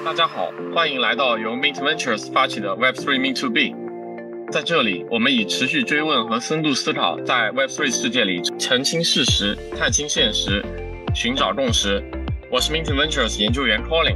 大家好，欢迎来到由 Mint Ventures 发起的 Web3 Mint2B。在这里，我们以持续追问和深度思考，在 Web3 世界里澄清事实、探清现实、寻找共识。我是 Mint Ventures 研究员 Colin。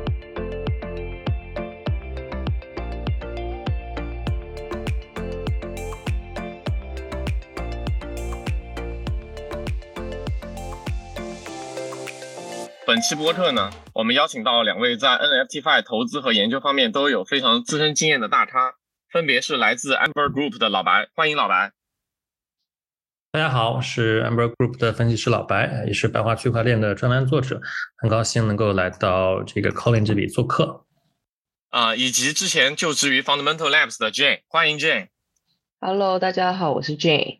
本期播客呢，我们邀请到两位在 NFTFi 投资和研究方面都有非常资深经验的大咖，分别是来自 Amber Group 的老白，欢迎老白。 大家好，我是 Amber Group 的分析师老白，也是白话区块链的专栏作者，很高兴能够来到这个 Colin 这里做客。 以及之前就职于 Fundamental Labs 的 Jane， 欢迎 Jane。Hello， 大家好，我是 Jane。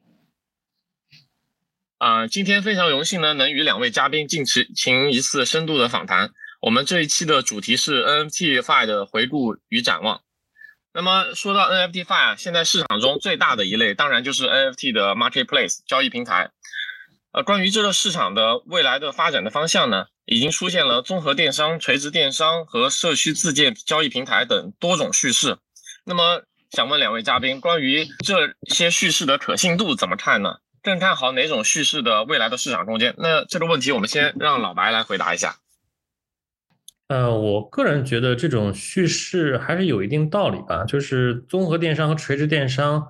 今天非常荣幸呢，能与两位嘉宾进行一次深度的访谈。我们这一期的主题是 NFTFi 的回顾与展望。那么说到 NFTFi 现在市场中最大的一类，当然就是 NFT 的 Marketplace 交易平台。关于这个市场的未来的发展的方向呢，已经出现了综合电商、垂直电商和社区自建交易平台等多种叙事。那么想问两位嘉宾，关于这些叙事的可信度怎么看呢？更看好哪种叙事的未来的市场空间？那这个问题我们先让老白来回答一下。 我个人觉得这种叙事还是有一定道理吧，就是综合电商和垂直电商。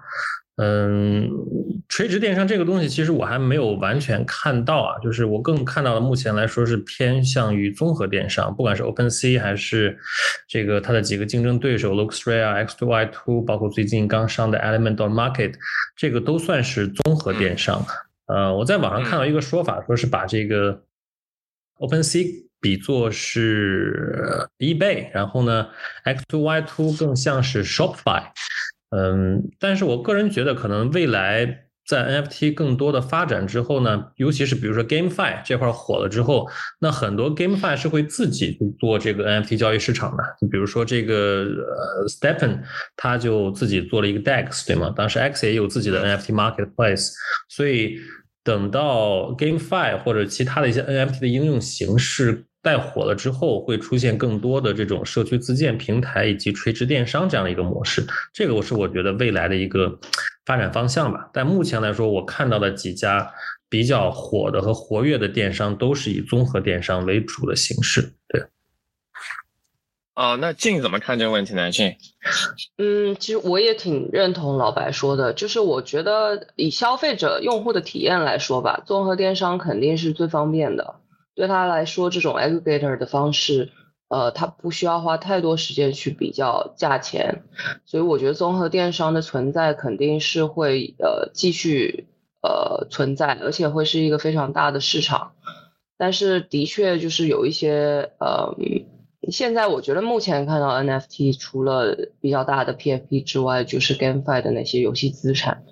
垂直电商这个东西其实我还没有完全看到啊，就是我更看到的目前来说是偏向于综合电商，不管是 OpenSea 还是这个它的几个竞争对手 Looksrare、X2Y2， 包括最近刚上的 Element.Market， 这个都算是综合电商。我在网上看到一个说法，说是把这个 OpenSea 比作是 eBay， 然后呢 X2Y2 更像是 Shopify。但是我个人觉得可能未来在 NFT 更多的发展之后呢，尤其是比如说 GameFi 这块火了之后，那很多 GameFi 是会自己去做这个 NFT 交易市场的。比如说这个Stephen 他就自己做了一个 DEX， 对吗？当时 X 也有自己的 NFT Marketplace， 所以等到 GameFi 或者其他的一些 NFT 的应用形式带火了之后，会出现更多的这种社区自建平台以及垂直电商这样的一个模式，这个我觉得未来的一个发展方向吧。但目前来说，我看到的几家比较火的和活跃的电商都是以综合电商为主的形式。对。 那静怎么看这个问题呢？静？ 其实我也挺认同老白说的，就是我觉得以消费者用户的体验来说吧，综合电商肯定是最方便的。对他来说，这种 aggregator 的方式，他不需要花太多时间去比较价钱，所以我觉得综合电商的存在肯定是会继续存在，而且会是一个非常大的市场。但是的确就是有一些现在我觉得目前看到 NFT 除了比较大的 PFP 之外，就是 GameFi 的那些游戏资产。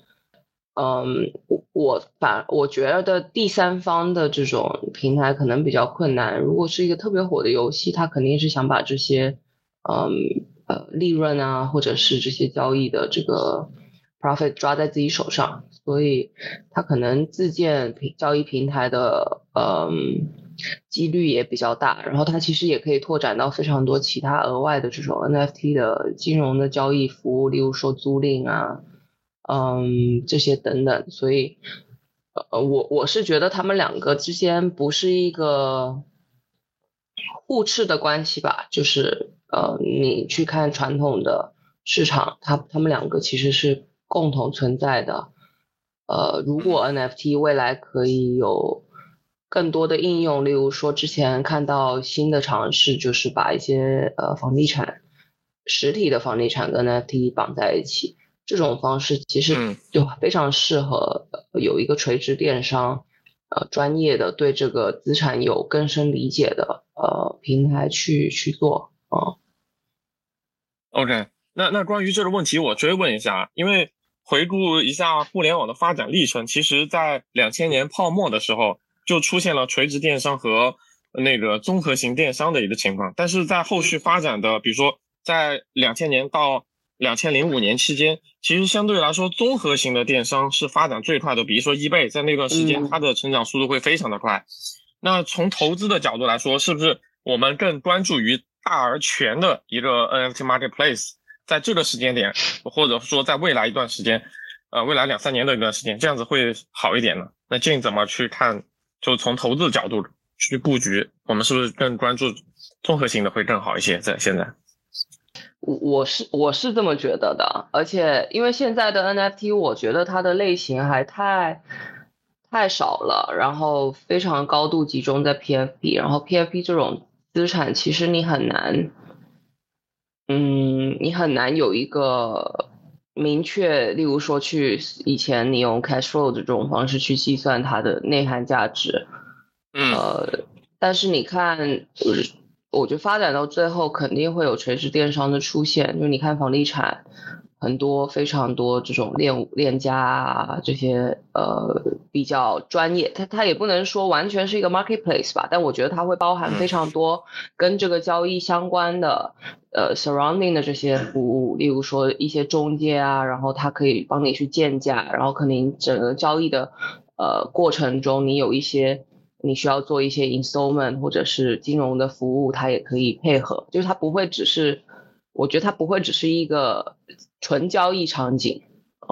我觉得第三方的这种平台可能比较困难。如果是一个特别火的游戏，它肯定是想把这些利润啊，或者是这些交易的这个 profit 抓在自己手上，所以它可能自建交易平台的几率也比较大。然后它其实也可以拓展到非常多其他额外的这种 NFT 的金融的交易服务，例如说租赁啊。这些等等，所以我是觉得他们两个之间不是一个互斥的关系吧，就是你去看传统的市场，他们两个其实是共同存在的。如果 NFT 未来可以有更多的应用，例如说之前看到新的尝试，就是把一些房地产实体的房地产跟 NFT 绑在一起。这种方式其实就非常适合有一个垂直电商专业的对这个资产有更深理解的平台去做。 OK， 那关于这个问题我追问一下，因为回顾一下互联网的发展历程，其实在2000年泡沫的时候就出现了垂直电商和那个综合型电商的一个情况，但是在后续发展的比如说在2000年到2005年期间，其实相对来说综合型的电商是发展最快的，比如说 eBay 在那段时间它的成长速度会非常的快。那从投资的角度来说，是不是我们更关注于大而全的一个 NFT marketplace， 在这个时间点，或者说在未来一段时间，未来2-3年的一段时间，这样子会好一点呢？那Jane怎么去看？就从投资的角度去布局，我们是不是更关注综合性的会更好一些？在现在， 我是这么觉得的，而且因为现在的 NFT， 我觉得它的类型还太少了，然后非常高度集中在 PFP， 然后 PFP 这种资产其实你很难有一个明确，例如说以前你用 cash flow 的这种方式去计算它的内涵价值，但是你看，我觉得发展到最后肯定会有垂直电商的出现，就是你看房地产。非常多这种链家啊，这些比较专业，它也不能说完全是一个 marketplace 吧，但我觉得它会包含非常多跟这个交易相关的surrounding 的这些服务，例如说一些中介啊，然后它可以帮你去建价，然后可能整个交易的过程中你有一些你需要做一些 installment 或者是金融的服务，它也可以配合，就是它不会只是。我觉得它不会只是一个纯交易场景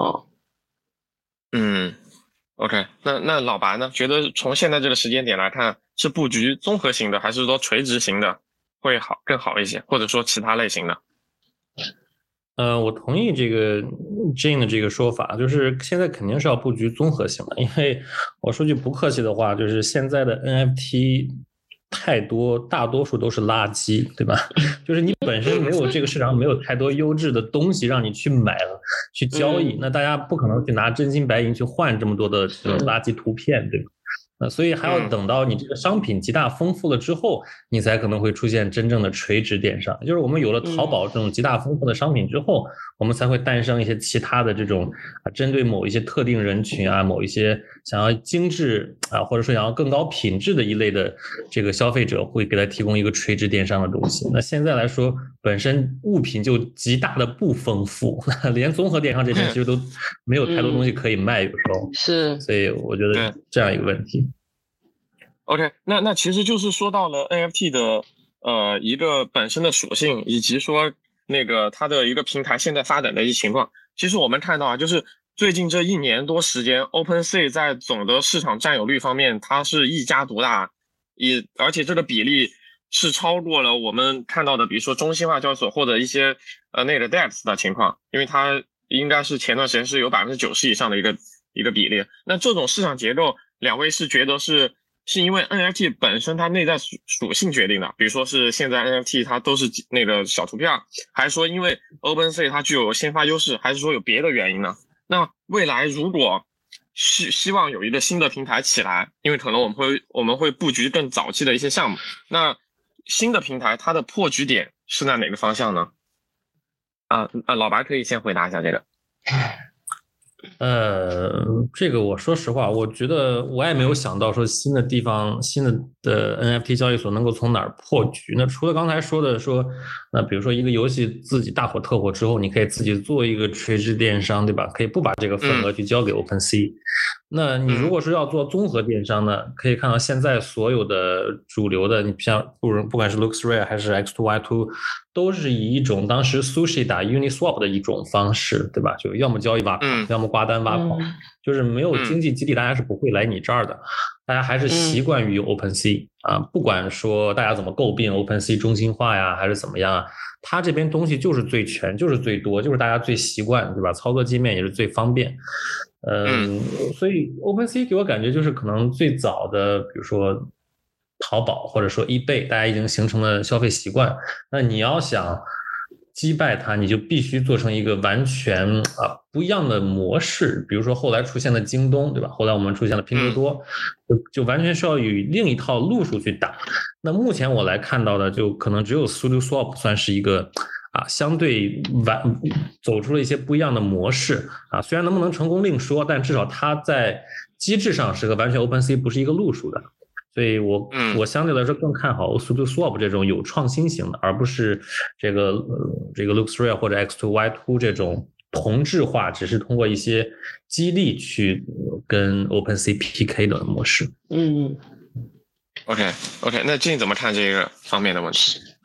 OK， 那老白呢？觉得从现在这个时间点来看，是布局综合型的，还是说垂直型的会更好一些，或者说其他类型的？ 我同意这个 Jane 的这个说法，就是现在肯定是要布局综合型的，因为我说句不客气的话，就是现在的 NFT。太多，大多数都是垃圾，对吧？就是你本身没有这个市场，没有太多优质的东西让你去买了、去交易，那大家不可能去拿真金白银去换这么多的这种垃圾图片，对吧？所以还要等到你这个商品极大丰富了之后，你才可能会出现真正的垂直电商。就是我们有了淘宝这种极大丰富的商品之后，我们才会诞生一些其他的这种针对某一些特定人群啊，某一些想要精致啊，或者说想要更高品质的一类的这个消费者，会给他提供一个垂直电商的东西。那现在来说，本身物品就极大的不丰富，连综合电商这边其实都没有太多东西可以卖，有时候是， 所以我觉得这样一个问题。 OK， 那其实就是说到了 NFT 的一个本身的属性，以及说那个它的一个平台现在发展的一些情况。其实我们看到啊，就是最近这1年多时间 ，OpenSea 在总的市场占有率方面，它是一家独大，而且这个比例是超过了我们看到的，比如说中心化交易所或者一些那个 DEX 的情况，因为它应该是前段时间是有90%以上的一个比例。那这种市场结构，两位是觉得是因为 NFT 本身它内在属性决定的，比如说是现在 NFT 它都是那个小图片，还是说因为 OpenSea 它具有先发优势，还是说有别的原因呢？那未来如果希望有一个新的平台起来，因为可能我们会布局更早期的一些项目，那新的平台它的破局点是在哪个方向呢？老白可以先回答一下这个。 这个我说实话，我觉得我也没有想到说新的 NFT 交易所能够从哪儿破局。那除了刚才说的说，那比如说一个游戏自己大火特火之后，你可以自己做一个垂直电商，对吧？可以不把这个份额去交给 OpenSea。那你如果是要做综合电商呢，可以看到现在所有的主流的，你像不管是 LooksRare 还是 X2Y2，都是以一种当时 Sushi 打 Uniswap 的一种方式，对吧？就要么交易挖矿，要么挂单挖矿，就是没有经济基地，大家是不会来你这儿的。大家还是习惯于 OpenSea 啊，不管说大家怎么诟病 OpenSea 中心化呀，还是怎么样啊，它这边东西就是最全，就是最多，就是大家最习惯，对吧？操作界面也是最方便。所以 OpenSea 给我感觉就是可能最早的，比如说淘宝或者说 eBay， 大家已经形成了消费习惯。那你要想击败它，你就必须做成一个完全不一样的模式。比如说后来出现了京东，对吧？后来我们出现了拼多多，就完全是要以另一套路数去打。那目前我来看到的，就可能只有 SudoSwap 算是一个相对走出了一些不一样的模式啊。虽然能不能成功另说，但至少它在机制上是和完全 OpenSea 不是一个路数的。所以我相对来说更看好 SudoSwap 这种有创新型的，而不是这个 LooksRare 或者 X2Y2 这种同质化，只是通过一些激励去跟 OpenSea PK 的模式。 OK， 那Jane怎么看这个方面的问题？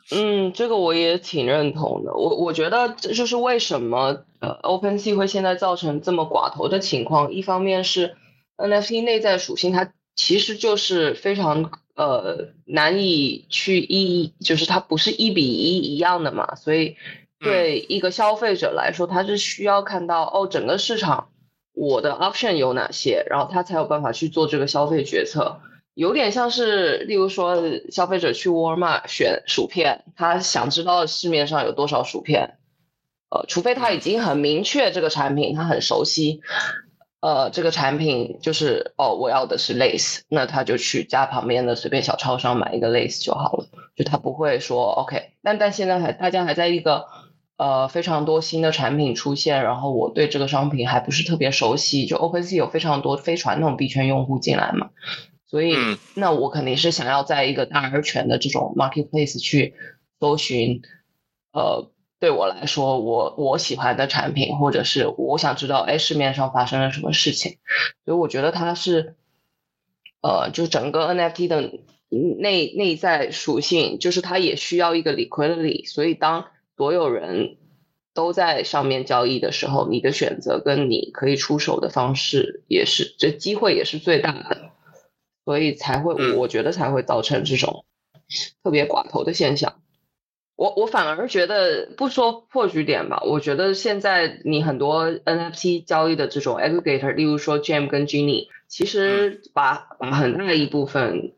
这个我也挺认同的。我觉得这就是为什么OpenSea 会现在造成这么寡头的情况。一方面是 NFT 内在属性，它其实就是非常难以去就是它不是1:1一样的嘛，所以对一个消费者来说，他是需要看到整个市场我的 option 有哪些，然后他才有办法去做这个消费决策。有点像是，例如说，消费者去沃尔玛选薯片，他想知道市面上有多少薯片，除非他已经很明确这个产品，他很熟悉，这个产品就是我要的是 lace， 那他就去家旁边的随便小超商买一个 lace 就好了，就他不会说 OK，但现在大家还在一个非常多新的产品出现，然后我对这个商品还不是特别熟悉，就 OpenSea 有非常多非传统币圈用户进来嘛。所以，那我肯定是想要在一个大而全的这种 marketplace 去搜寻，对我来说，我喜欢的产品，或者是我想知道，市面上发生了什么事情。所以我觉得它是，就整个 NFT 的内在属性，就是它也需要一个 liquidity。所以当所有人都在上面交易的时候，你的选择跟你可以出手的方式也是，这机会也是最大的。所以才会，我觉得才会造成这种特别寡头的现象。我反而觉得，不说破局点吧，我觉得现在你很多 NFT 交易的这种 aggregator， 例如说 Gem 跟 Genie， 其实把很大一部分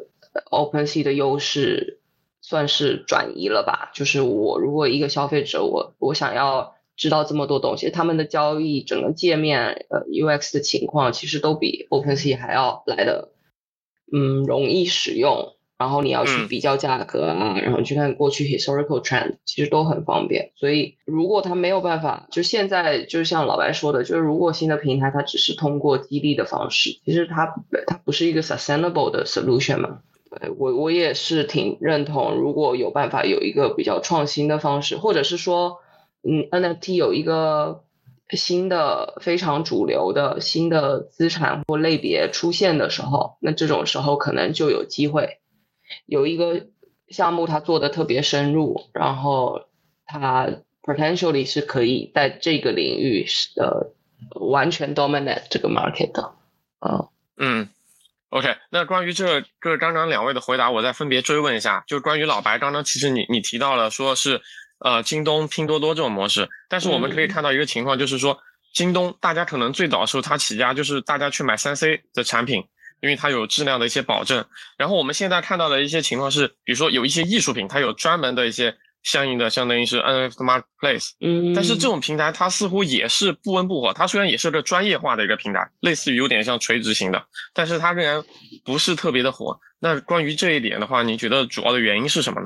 OpenSea 的优势算是转移了吧。就是我如果一个消费者，我想要知道这么多东西，他们的交易整个界面UX 的情况，其实都比 OpenSea 还要来的容易使用，然后你要去比较价格啊，然后去看过去 historical trend， 其实都很方便。所以如果他没有办法，就现在就像老白说的，就是如果新的平台它只是通过激励的方式，其实它不是一个 sustainable 的 solution 嘛。对，我也是挺认同，如果有办法有一个比较创新的方式，或者是说NFT 有一个新的非常主流的新的资产或类别出现的时候，那这种时候可能就有机会有一个项目它做的特别深入，然后它 potentially 是可以在这个领域完全 dominate 这个 market 的。 OK， 那关于这个刚刚两位的回答，我再分别追问一下。就关于老白，刚刚其实你提到了说是京东、拼多多这种模式，但是我们可以看到一个情况，就是说京东大家可能最早的时候它起家就是大家去买 3C 的产品，因为它有质量的一些保证。然后我们现在看到的一些情况是，比如说有一些艺术品，它有专门的一些相应的相当于是 NFT marketplace，但是这种平台它似乎也是不温不火，它虽然也是个专业化的一个平台，类似于有点像垂直型的，但是它仍然不是特别的火。那关于这一点的话，你觉得主要的原因是什么呢？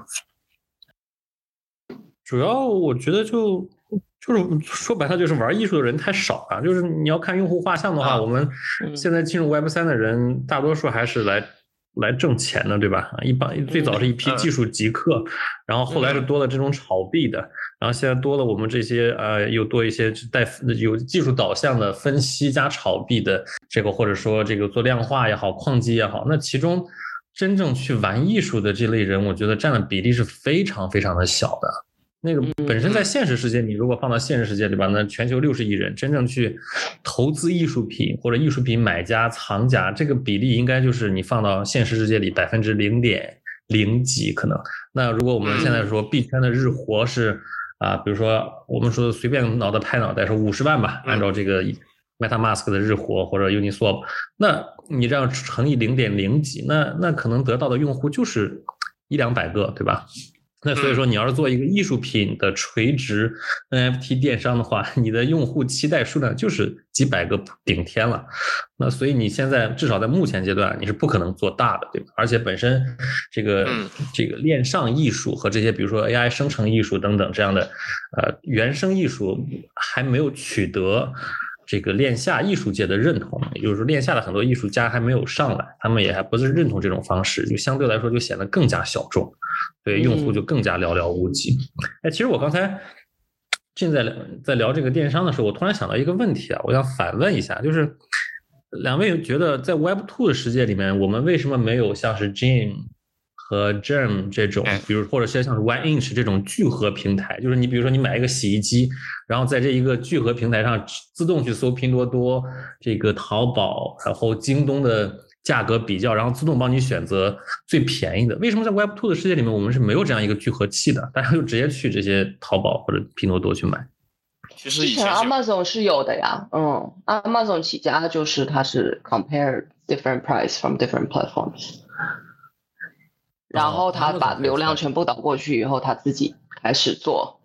主要我觉得就是说白了就是玩艺术的人太少了，就是你要看用户画像的话，我们现在进入 Web3 的人大多数还是来挣钱的，对吧？最早是一批技术极客，然后后来是多了这种炒币的，然后现在多了我们这些又多一些有技术导向的分析加炒币的这个，或者说这个做量化也好，矿机也好，那其中真正去玩艺术的这类人，我觉得占的比例是非常非常的小的。那个本身在现实世界，你如果放到现实世界，对吧？那全球60亿人真正去投资艺术品或者艺术品买家藏家，这个比例应该就是你放到现实世界里0.0几可能。那如果我们现在说币圈的日活是比如说我们说随便脑袋拍脑袋说50万吧，按照这个 MetaMask 的日活或者 Uniswap， 那你这样乘以0.0几，那可能得到的用户就是100-200个，对吧？那所以说，你要是做一个艺术品的垂直 NFT 电商的话，你的用户期待数量就是几百个顶天了。那所以你现在至少在目前阶段，你是不可能做大的，对吧？而且本身这个链上艺术和这些比如说 AI 生成艺术等等这样的原生艺术还没有取得这个链下艺术界的认同，也就是说链下的很多艺术家还没有上来，他们也还不是认同这种方式，就相对来说就显得更加小众，对用户就更加寥寥无几。其实我刚才在聊这个电商的时候，我突然想到一个问题我想反问一下，就是两位觉得在 Web2 的世界里面，我们为什么没有像是 Gem 和 Gem 这种，比如或者像是 One Inch 这种聚合平台，就是你比如说你买一个洗衣机，然后在这一个聚合平台上自动去搜拼多多、这个淘宝，然后京东的价格比较，然后自动帮你选择最便宜的。为什么在 Web2 的世界里面我们是没有这样一个聚合器的？大家就直接去这些淘宝或者拼多多去买。 其实以前 Amazon 是有的呀，Amazon 起家就是它是 compare different price from different platforms，然后他把流量全部导过去以后，他自己开始做，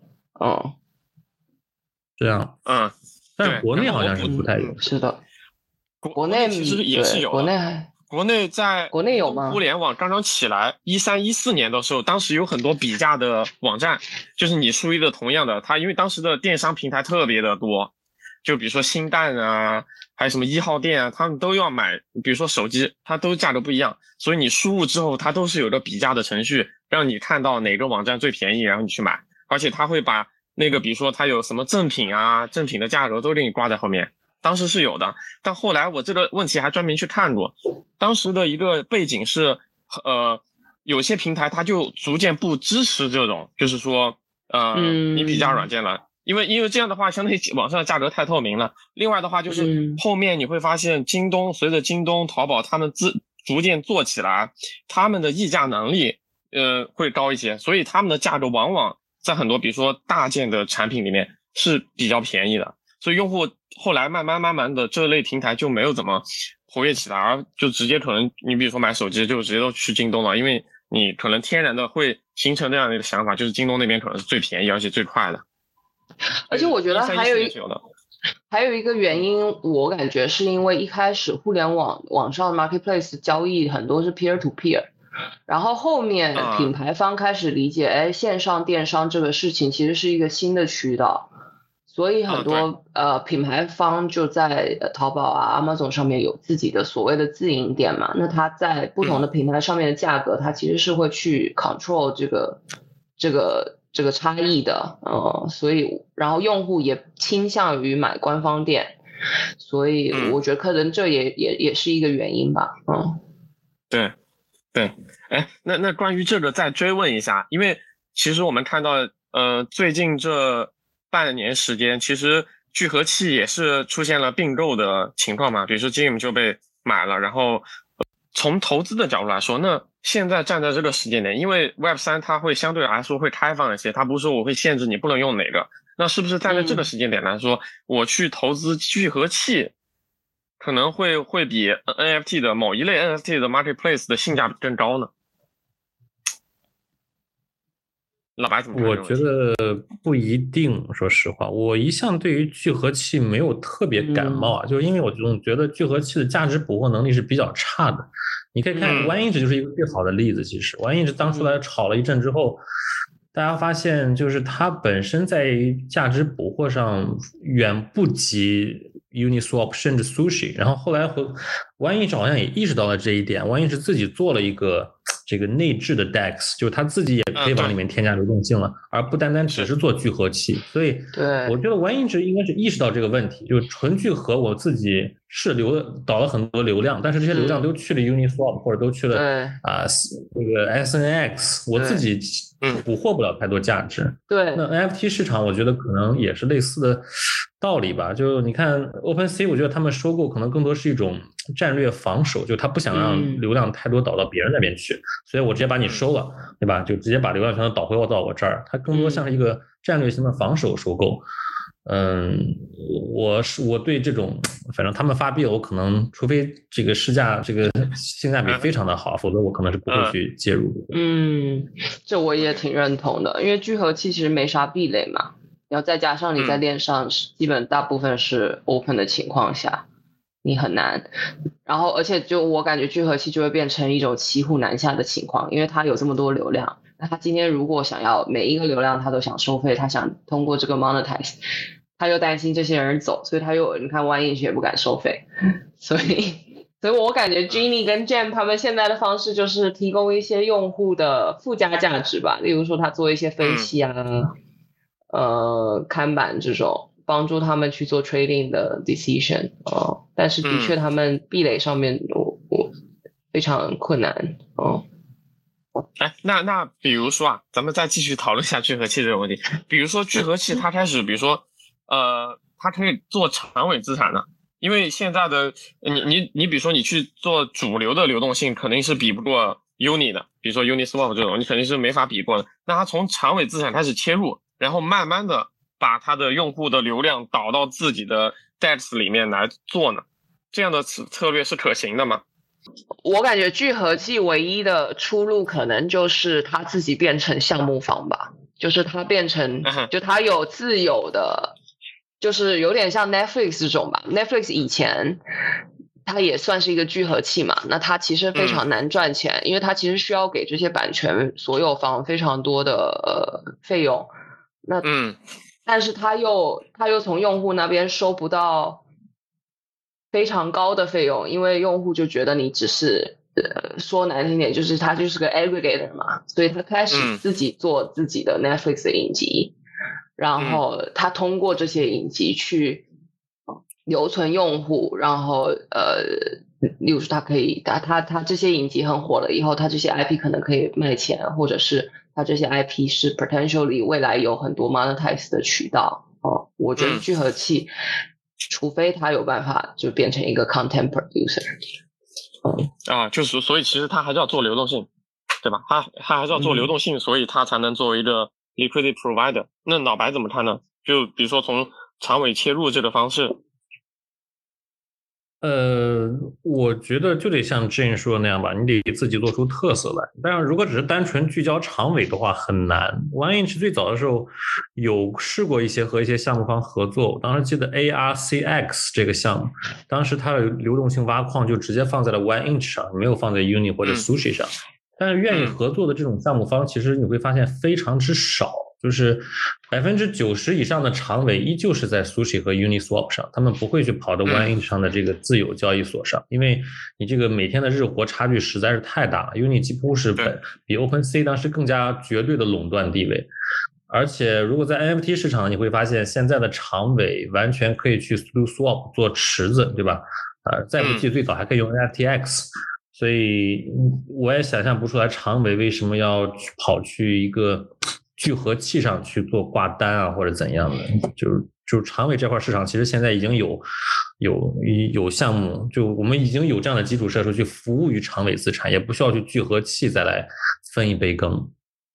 这样，但是国内好像是不太有， 是的， 国内其实也是有的，国内有吗？ 互联网刚刚起来，13、14年的时候，当时有很多比价的网站，就是你输一的同样的，它因为当时的电商平台特别的多，就比如说新蛋啊，还有什么1号店啊，他们都要买，比如说手机，它都价格不一样，所以你输入之后，它都是有个比价的程序，让你看到哪个网站最便宜，然后你去买，而且它会把那个比如说它有什么赠品啊，赠品的价格都给你挂在后面。当时是有的，但后来我这个问题还专门去看过，当时的一个背景是，有些平台它就逐渐不支持这种，就是说，你比价软件了，因为这样的话，相当于网上的价格太透明了。另外的话，就是后面你会发现，随着京东、淘宝他们逐渐做起来，他们的议价能力，会高一些，所以他们的价格往往在很多比如说大件的产品里面是比较便宜的。所以用户后来慢慢的这类平台就没有怎么活跃起来，而就直接可能你比如说买手机就直接都去京东了，因为你可能天然的会形成这样的一个想法，就是京东那边可能是最便宜而且最快的。 而且我觉得还有一个原因，我感觉是因为一开始互联网上 marketplace 交易很多是 peer to peer， 然后后面品牌方开始理解，线上电商这个事情其实是一个新的渠道。所以很多品牌方就在淘宝啊 Amazon 上面有自己的所谓的自营店嘛，那它在不同的平台上面的价格，它其实是会去 control 这个差异的，所以然后用户也倾向于买官方店，所以我觉得可能这也是一个原因吧， 对，那关于这个再追问一下，因为其实我们看到最近这半年时间，其实聚合器也是出现了并购的情况嘛，比如说 Gem 就被买了，然后从投资的角度来说，那现在站在这个时间点，因为 Web3 它会相对来说会开放一些，它不是说我会限制你不能用哪个，那是不是站在这个时间点来说，我去投资聚合器可能会比 NFT 的某一类 NFT 的 marketplace 的性价比更高呢？老白怎么看？ 我觉得不一定，说实话，我一向对于聚合器没有特别感冒啊，就是因为我总觉得聚合器的价值捕获能力是比较差的。你可以看One Inch就是一个最好的例子，其实One Inch当出来炒了一阵之后，大家发现就是它本身在价值捕获上远不及Uniswap 甚至 Sushi， 然后后来One Inch 好像也意识到了这一点，One Inch 自己做了一个这个内置的 DEX， 就是它自己也可以往里面添加流动性了，而不单单只是做聚合器。所以我觉得One Inch应该是意识到这个问题，就是纯聚合我自己是导了很多流量，但是这些流量都去了 Uniswap 或者都去了这个 SNX， 我自己捕获不了太多价值。 对， 那 NFT 市场我觉得可能也是类似的道理吧，就你看 OpenSea， 我觉得他们收购可能更多是一种战略防守，就他不想让流量太多导到别人那边去，所以我直接把你收了，对吧？就直接把流量全都导回到我这儿，它更多像是一个战略性的防守收购。我对这种，反正他们发币，我可能除非这个市价这个性价比非常的好，否则我可能是不会去介入的。 这我也挺认同的，因为聚合器其实没啥壁垒嘛，然后再加上你在链上基本大部分是 open 的情况下，你很难。然后而且就我感觉聚合器就会变成一种骑虎难下的情况，因为它有这么多流量，那他今天如果想要每一个流量他都想收费，他想通过这个 monetize， 他又担心这些人走，所以你看One Inch也不敢收费，所以我感觉 Genie 跟 Gem 他们现在的方式就是提供一些用户的附加价值吧，例如说他做一些分析啊，看板这种帮助他们去做 trading 的 decision，但是的确他们壁垒上面我非常困难。 哎，那比如说啊，咱们再继续讨论一下聚合器这个问题。比如说聚合器它开始，比如说它可以做长尾资产的，因为现在的你比如说你去做主流的流动性，肯定是比不过 Uni 的，比如说 Uniswap 这种，你肯定是没法比过的。那它从长尾资产开始切入，然后慢慢的把它的用户的流量导到自己的 DEX 里面来做呢，这样的策略是可行的吗？ 我感觉聚合器唯一的出路可能就是它自己变成项目方吧，就是它变成就它有自有的，就是有点像 Netflix 这种吧。Netflix 以前它也算是一个聚合器嘛，那它其实非常难赚钱，因为它其实需要给这些版权所有方非常多的费用。那但是它又从用户那边收不到非常高的费用，因为用户就觉得你只是说难听点，就是他就是个 aggregator 嘛，所以他开始自己做自己的 Netflix 的影集，然后他通过这些影集去留存用户，然后例如说他可以他这些影集很火了以后，他这些 IP 可能可以卖钱，或者是他这些 IP 是 potentially 未来有很多 monetize 的渠道。我觉得聚合器除非他有办法就变成一个 content producer。 就是所以其实他还是要做流动性，对吧？他还是要做流动性，所以他才能作为一个 liquidity provider。那老白怎么看呢？就比如说从长尾切入这个方式。 我觉得就得像之前说的那样吧，你得自己做出特色来。但是如果只是单纯聚焦长尾的话，很难。OneInch 最早的时候有试过和一些项目方合作，我当时记得 ARCX 这个项目，当时它的流动性挖矿就直接放在了 OneInch 上，没有放在 Uni 或者 Sushi 上。但是愿意合作的这种项目方，其实你会发现非常之少。就是90%以上的长尾依旧是在 Sushi 和 Uniswap 上，他们不会去跑到 OneInch 上的这个自有交易所上，因为你这个每天的日活差距实在是太大了。Uni 几乎是比 OpenSea 当时更加绝对的垄断地位。而且如果在 NFT 市场，你会发现现在的长尾完全可以去 Swap 做池子，对吧？再不济最早还可以用 NFTX。所以我也想象不出来长尾为什么要跑去一个聚合器上去做挂单啊，或者怎样的。就是长尾这块市场，其实现在已经有项目，就我们已经有这样的基础设施去服务于长尾资产，也不需要去聚合器再来分一杯羹。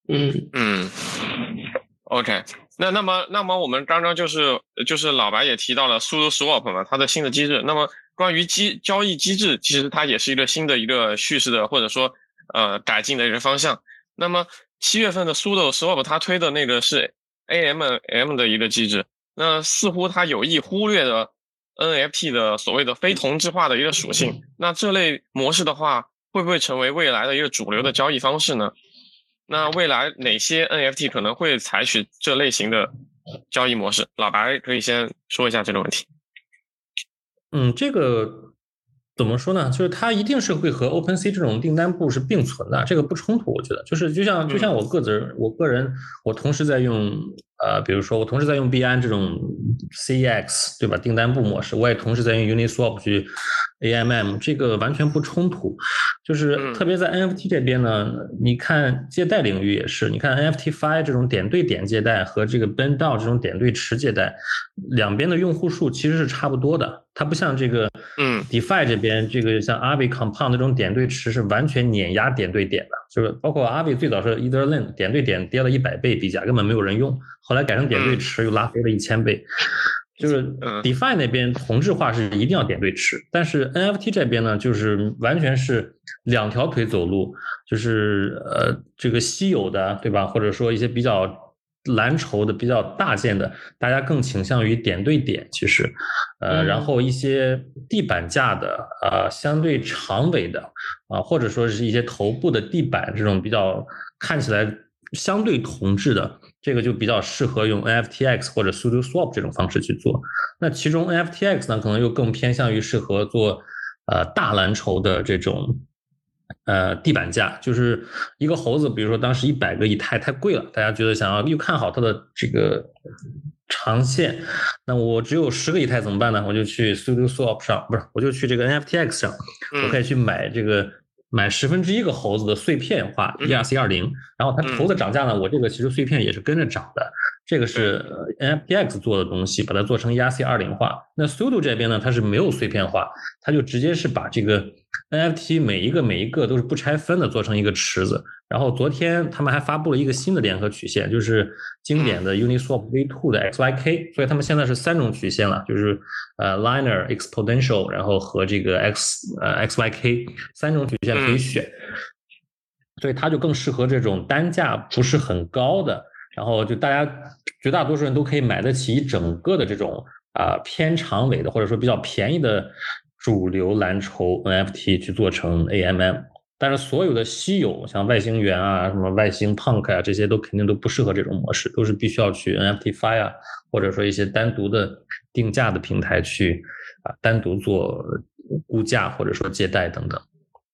OK， 那么我们刚刚就是老白也提到了 SudoSwap 嘛，它的新的机制。那么关于交易机制，其实它也是一个新的一个叙事的或者说改进的一个方向。那么7月份的 SudoSwap 它推的那个是 AMM 的一个机制，那似乎它有意忽略了 NFT 的所谓的非同质化的一个属性。那这类模式的话，会不会成为未来的一个主流的交易方式呢？那未来哪些 NFT 可能会采取这类型的交易模式？老白可以先说一下这个问题。 这个怎么说呢？就是它一定是会和 OpenSea 这种订单簿是并存的，这个不冲突。我觉得就像我个人，我同时在用比如说我同时在用币安这种 CEX 对吧订单簿模式，我也同时在用 Uniswap 去 AMM， 这个完全不冲突。就是特别在 NFT 这边呢，你看借贷领域也是，你看 NFTFi 这种点对点借贷和这个 BendDAO 这种点对池借贷，两边的用户数其实是差不多的。它不像这个DeFi 这边，这个像 Aave Compound 这种点对池是完全碾压点对点的，就是包括 Aave 最早是 Etherlend 点对点跌了100倍币价，根本没有人用，后来改成点对池又拉飞了1000倍。就是 DeFi 那边同质化是一定要点对池，但是 NFT 这边呢，就是完全是两条腿走路，就是这个稀有的，对吧？或者说一些比较蓝筹的、比较大件的，大家更倾向于点对点，其实，然后一些地板价的相对长尾的或者说是一些头部的地板这种比较看起来相对同质的，这个就比较适合用 NFTX 或者 SudoSwap 这种方式去做。那其中 NFTX 呢，可能又更偏向于适合做大蓝筹的这种地板价，就是一个猴子，比如说当时100个以太太贵了，大家觉得想要又看好它的这个长线，那我只有10个以太怎么办呢？我就去 SudoSwap 上，不是，我就去这个 NFTX 上，我可以去买这个买1/10个猴子的碎片化 ERC20，然后它猴子涨价呢，我这个其实碎片也是跟着涨的。这个是 NFTX 做的东西，把它做成 ERC20 化。那 Sudo 这边呢，它是没有碎片化，它就直接是把这个 NFT 每一个都是不拆分的做成一个池子。然后昨天他们还发布了一个新的联合曲线，就是经典的 Uniswap V2 的 XYK， 所以他们现在是3种曲线了，就是Linear、Exponential， 然后和这个XYK 3种曲线可以选，所以它就更适合这种单价不是很高的。然后就大家绝大多数人都可以买得起一整个的这种偏长尾的或者说比较便宜的主流蓝筹 NFT 去做成 AMM， 但是所有的稀有像外星猿啊、什么外星 Punk 啊，这些都肯定都不适合这种模式，都是必须要去 NFTFi 啊，或者说一些单独的定价的平台去单独做估价或者说借贷等等。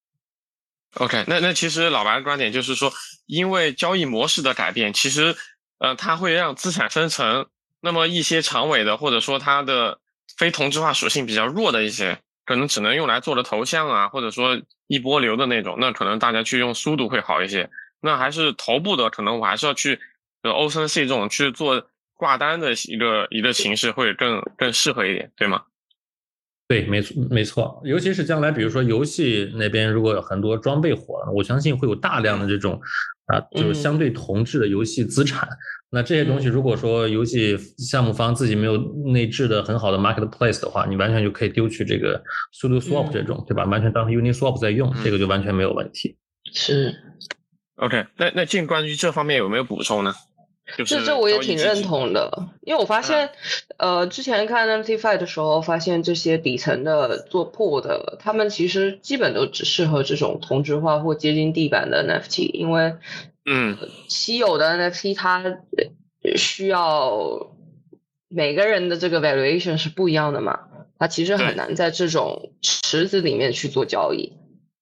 OK， 那其实老白的观点就是说，因为交易模式的改变，其实它会让资产生成，那么一些长尾的或者说它的非同质化属性比较弱的一些，可能只能用来做的头像啊，或者说一波流的那种，那可能大家去用速度会好一些。那还是头部的，可能我还是要去OpenSea 这种去做挂单的一个形式会更适合一点，对吗？ 对，没错，尤其是将来，比如说游戏那边如果有很多装备火了，我相信会有大量的这种就是相对同质的游戏资产。那这些东西，如果说游戏项目方自己没有内置的很好的 marketplace 的话，你完全就可以丢去这个 Sudo Swap 这种，对吧？完全当成 Uniswap 在用，这个就完全没有问题。 是。 OK， 那静关于这方面有没有补充呢？ 这我也挺认同的，因为我发现，之前看 NFTFi 的时候，发现这些底层的做破的，他们其实基本都只适合这种同质化或接近地板的 NFT， 因为，稀有的 NFT 它需要每个人的这个 valuation 是不一样的嘛，它其实很难在这种池子里面去做交易。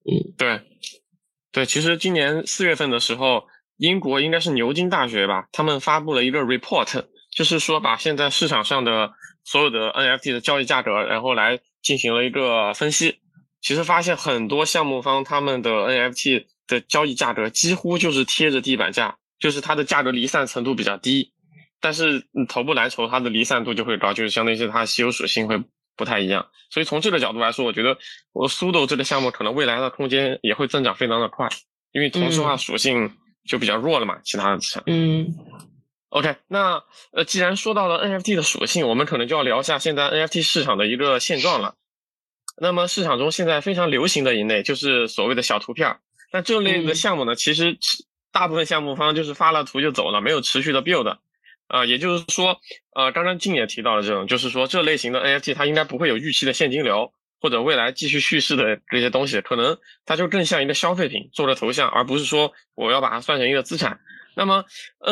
对，其实今年4月份的时候。英国应该是牛津大学吧，他们发布了一个 report， 就是说把现在市场上的所有的 NFT 的交易价格，然后来进行了一个分析。其实发现很多项目方他们的 NFT 的交易价格几乎就是贴着地板价，就是它的价格离散程度比较低，但是头部蓝筹它的离散度就会高，就是相当于是它稀有属性会不太一样。所以从这个角度来说，我觉得Sudo 这个项目可能未来的空间也会增长非常的快，因为同质化属性就比较弱了嘛，其他的资产。OK， 那既然说到了 NFT 的属性，我们可能就要聊一下现在 NFT 市场的一个现状了。那么市场中现在非常流行的一类就是所谓的小图片，那这类的项目呢，其实大部分项目方就是发了图就走了，没有持续的 build。也就是说，刚刚静也提到了这种，就是说这类型的 NFT 它应该不会有预期的现金流，或者未来继续叙事的这些东西，可能它就更像一个消费品做的头像，而不是说我要把它算成一个资产。那么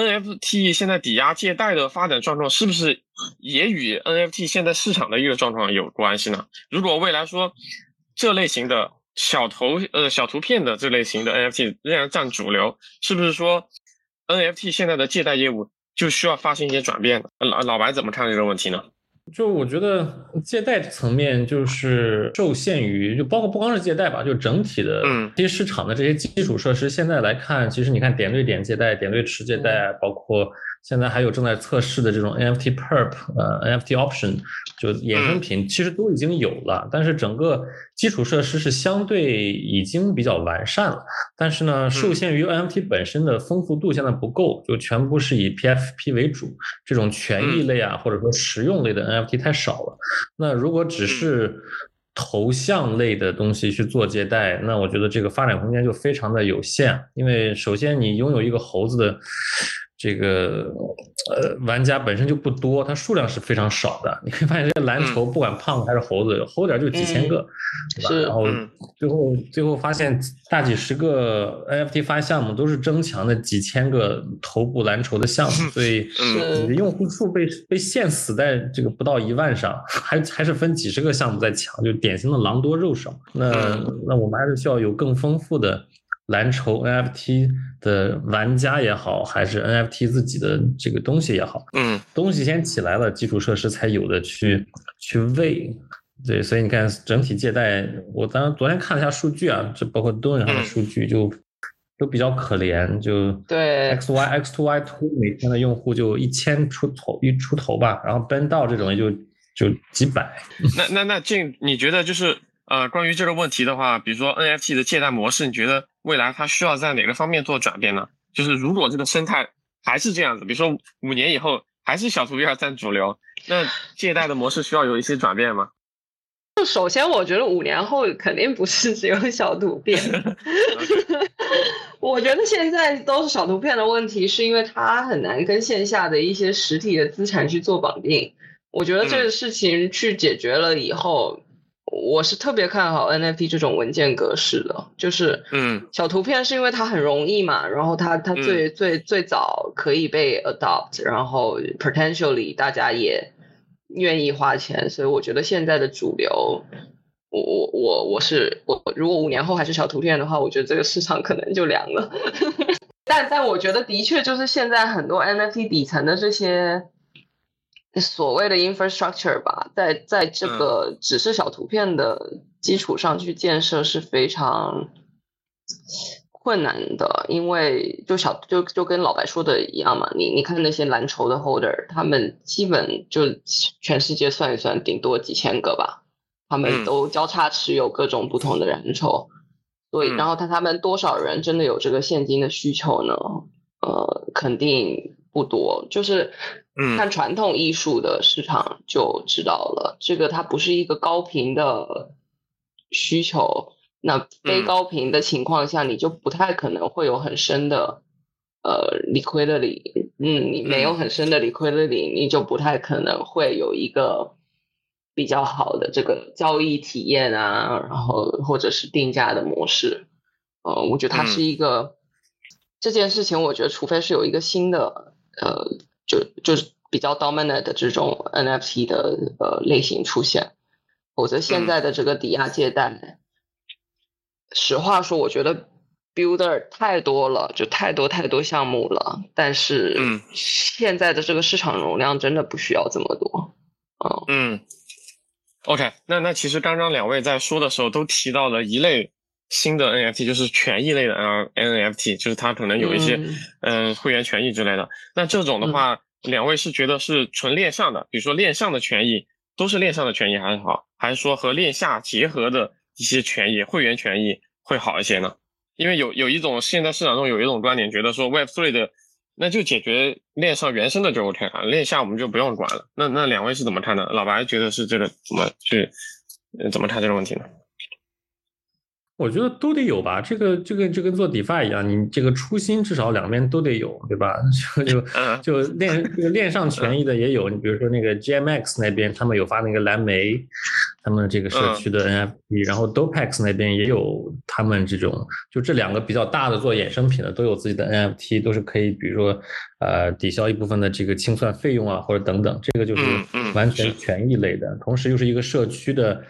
NFT 现在抵押借贷的发展状况是不是也与 NFT 现在市场的一个状况有关系呢？如果未来说这类型的小图片的这类型的 NFT 仍然占主流，是不是说 NFT 现在的借贷业务就需要发生一些转变呢？老白怎么看这个问题呢？ 就我觉得借贷层面就是受限于，就包括不光是借贷吧，就整体的这些市场的这些基础设施，现在来看，其实你看点对点借贷、点对池借贷，包括现在还有正在测试的这种 NFT Perp、NFT Option， 就衍生品其实都已经有了，但是整个基础设施是相对已经比较完善了，但是呢，受限于 NFT 本身的丰富度现在不够，就全部是以 PFP 为主，这种权益类啊，或者说实用类的 NFT 太少了。那如果只是头像类的东西去做借贷，那我觉得这个发展空间就非常的有限，因为首先你拥有一个猴子的这个玩家本身就不多，它数量是非常少的。你可以发现这些蓝筹不管胖还是猴子，猴点就几千个，对吧？然后最后发现大几十个 NFT 发项目都是争抢的几千个头部蓝筹的项目，所以你的用户数被限死在这个不到1万上，还是分几十个项目在抢，就典型的狼多肉少。那我们还是需要有更丰富的蓝筹 NFT 的玩家也好，还是 NFT 自己的这个东西也好，东西先起来了，基础设施才有的去喂。 对，所以你看整体借贷，我当然昨天看了一下数据啊，这包括多银行的数据就都比较可怜，就对 X2Y2 每天的用户就1000出头吧，然后奔道这种也就几百。 那静，你觉得就是关于这个问题的话，比如说 NFT 的借贷模式，你觉得未来它需要在哪个方面做转变呢？就是如果这个生态还是这样子，比如说5年以后还是小图片占主流，那借贷的模式需要有一些转变吗？ 首先，我觉得5年后肯定不是只有小图片。我觉得现在都是小图片的问题，是因为它很难跟线下的一些实体的资产去做绑定。我觉得这个事情去解决了以后，我是特别看好 NFT 这种文件格式的。就是小图片是因为它很容易嘛，然后它最早可以被 adopt， 然后 potentially 大家也愿意花钱，所以我觉得现在的主流，我如果5年后还是小图片的话，我觉得这个市场可能就凉了。但我觉得的确就是现在很多 NFT 底层的这些所谓的 infrastructure 吧，在这个只是小图片的基础上去建设是非常困难的，因为就跟老白说的一样嘛，你看那些蓝筹的 holder， 他们基本就全世界算一算，顶多几千个吧，他们都交叉持有各种不同的蓝筹，所以然后他们多少人真的有这个现金的需求呢？肯定不多，就是看传统艺术的市场就知道了，这个它不是一个高频的需求。那非高频的情况下，你就不太可能会有很深的liquidity，你没有很深的 liquidity，你就不太可能会有一个比较好的这个交易体验啊，然后或者是定价的模式。我觉得它是一个这件事情，我觉得除非是有一个新的就是比较 dominant 的这种 NFT 的类型出现，否则现在的这个抵押借贷。实话说，我觉得 builder 太多了，就太多项目了。但是，现在的这个市场容量真的不需要这么多。 OK， 那其实刚刚两位在说的时候都提到了一类新的 NFT， 就是权益类的 NFT， 就是它可能有一些会员权益之类的。那这种的话，两位是觉得是纯链上的，比如说链上的权益都是链上的权益还是好，还是说和链下结合的一些权益会员权益会好一些呢？因为有一种现在市场中有一种观点，觉得说 Web3 的那就解决链上原生的就 OK 了，链下我们就不用管了。那两位是怎么看的？老白觉得是这个怎么看这个问题呢？ 我觉得都得有吧，这跟做 DeFi 一样，你这个初心至少两边都得有，对吧？就链上权益的也有，你比如说那个 GMX 那边他们有发那个蓝莓，他们这个社区的 NFT，然后 Dopex 那边也有他们这种，就这两个比较大的做衍生品的都有自己的 NFT，都是可以，比如说抵消一部分的这个清算费用啊，或者等等，这个就是完全权益类的，同时又是一个社区的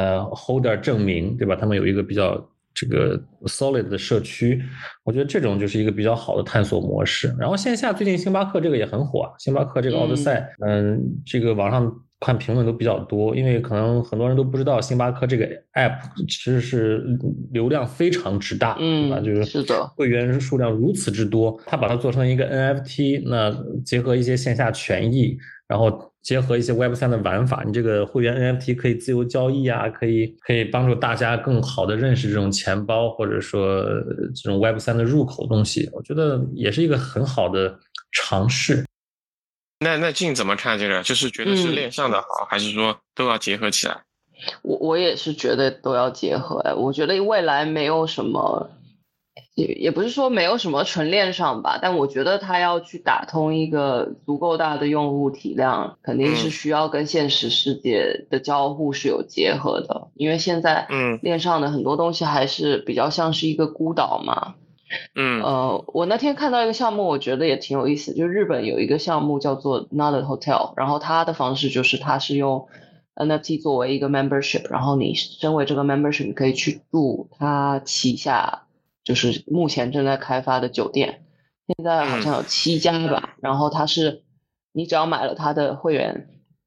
holder 证明，对吧？他们有一个比较这个 solid 的社区，我觉得这种就是一个比较好的探索模式。然后线下最近星巴克这个也很火，星巴克这个奥德赛，这个网上看评论都比较多，因为可能很多人都不知道星巴克这个 app 其实是流量非常之大，对吧？就是会员数量如此之多，他把它做成一个 NFT， 那结合一些线下权益，然后结合一些 Web3 的玩法，你这个会员 NFT 可以自由交易啊，可以帮助大家更好的认识这种钱包，或者说这种 Web3 的入口东西，我觉得也是一个很好的尝试。 那静怎么看这个？就是觉得是链上的好，还是说都要结合起来？ 我也是觉得都要结合。我觉得未来没有什么。也不是说没有什么纯链上吧，但我觉得它要去打通一个足够大的用户体量，肯定是需要跟现实世界的交互是有结合的。因为现在链上的很多东西还是比较像是一个孤岛嘛。我那天看到一个项目，我觉得也挺有意思，就日本有一个项目叫做 Not a Hotel， 然后它的方式就是它是用 NFT 作为一个 membership， 然后你身为这个 membership， 你可以去住它旗下就是目前正在开发的酒店，现在好像有7家吧，然后它是你只要买了它的会员，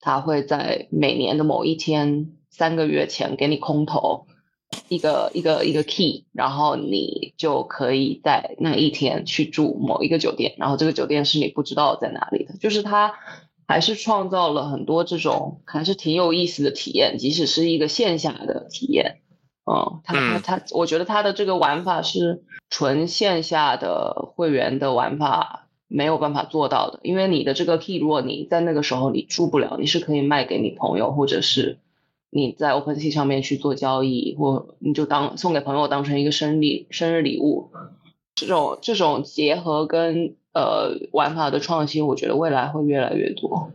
它会在每年的某一天3个月前给你空投一个 key， 然后你就可以在那一天去住某一个酒店，然后这个酒店是你不知道在哪里的，就是它还是创造了很多这种还是挺有意思的体验，即使是一个线下的体验。我觉得它的这个玩法是纯线下的会员的玩法没有办法做到的，因为你的这个 key 如果你在那个时候你住不了，你是可以卖给你朋友，或者是你在 OpenSea 上面去做交易，或你就送给朋友当成一个生日礼物。这种结合跟玩法的创新，我觉得未来会越来越多。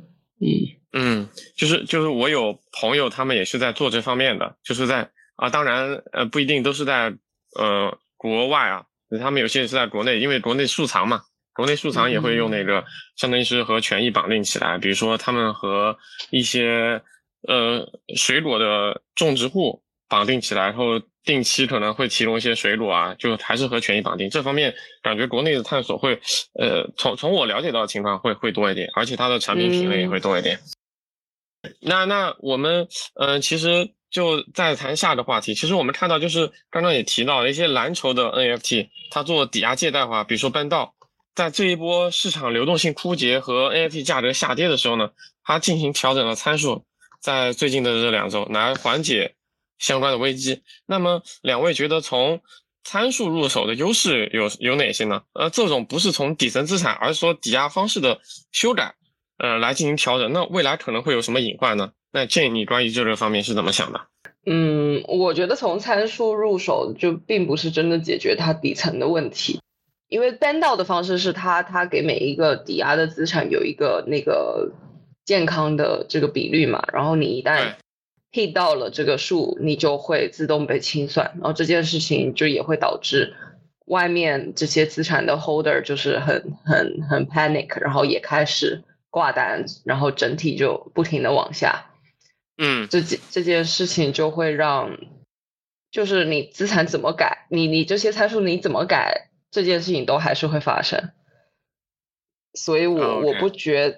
就是我有朋友他们也是在做这方面的，就是在当然不一定都是在国外啊，他们有些是在国内，因为国内数藏嘛，国内数藏也会用那个相当于是和权益绑定起来，比如说他们和一些水果的种植户绑定起来，然后定期可能会提供一些水果啊，就还是和权益绑定。这方面感觉国内的探索会从我了解到的情况会多一点，而且它的产品品类也会多一点。那我们其实就再谈下个话题。其实我们看到就是刚刚也提到了一些蓝筹的 NFT， 它做抵押借贷的话，比如说班道，在这一波市场流动性枯竭和 NFT 价格下跌的时候呢，它进行调整了参数，在最近的这2周来缓解相关的危机。那么两位觉得从参数入手的优势有哪些呢？这种不是从底层资产，而是说抵押方式的修改来进行调整，那未来可能会有什么隐患呢？那Jane你关于这个方面是怎么想的？ 我觉得从参数入手就并不是真的解决它底层的问题，因为单道的方式是它给每一个抵押的资产有一个那个健康的这个比率嘛，然后你一旦 hit 到了这个数，你就会自动被清算，然后这件事情就也会导致外面这些资产的 holder 就是很 panic， 然后也开始挂单，然后整体就不停的往下。这件事情就会让，就是你资产怎么改，你这些参数你怎么改，这件事情都还是会发生。所以我不觉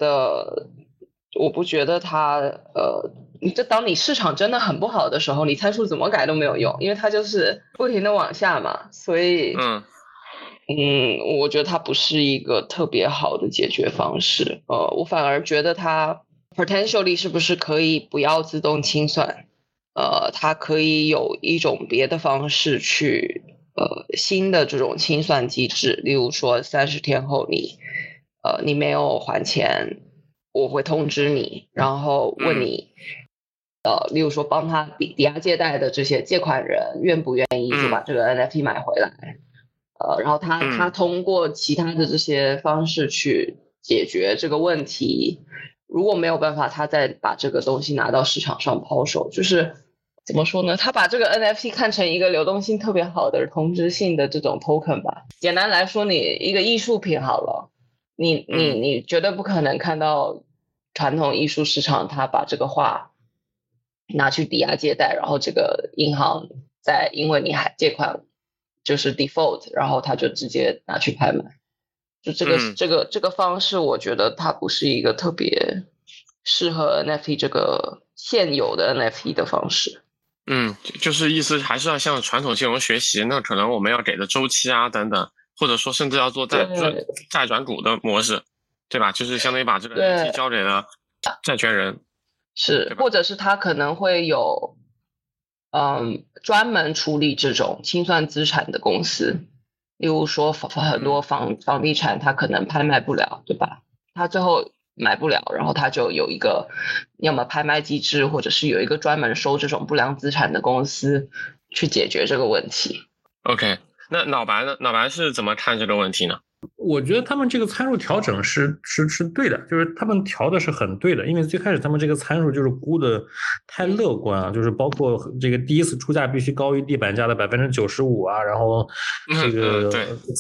得它当你市场真的很不好的时候，你参数怎么改都没有用，因为它就是不停的往下嘛。所以我觉得它不是一个特别好的解决方式。我反而觉得它 potentially 是不是可以不要自动清算？它可以有一种别的方式去新的这种清算机制，例如说30天后你没有还钱，我会通知你，然后问你例如说帮他抵押借贷的这些借款人愿不愿意就把这个 NFT 买回来。然后他通过其他的这些方式去解决这个问题，如果没有办法，他再把这个东西拿到市场上抛售。就是怎么说呢，他把这个 NFT 看成一个流动性特别好的同质性的这种 token 吧。简单来说，你一个艺术品好了，你绝对不可能看到传统艺术市场他把这个画拿去抵押借贷，然后这个银行再因为你还借款就是 default， 然后他就直接拿去拍卖。就这个方式，我觉得它不是一个特别适合 NFT 这个现有的 NFT 的方式。 就是意思还是要向传统金融学习，那可能我们要给的周期啊等等，或者说甚至要做债转股的模式，对吧？就是相当于把这个 NFT 交给了债权人， 是，或者是他可能会有专门处理这种清算资产的公司。例如说很多房地产它可能拍卖不了，对吧？它最后买不了，然后它就有一个要么拍卖机制，或者是有一个专门收这种不良资产的公司去解决这个问题。 OK， 那脑白呢？脑白是怎么看这个问题呢？ 我觉得他们这个参数调整是对的，就是他们调的是很对的，因为最开始他们这个参数就是估的太乐观啊，就是包括这个第一次出价必须高于地板价的95%啊，然后这个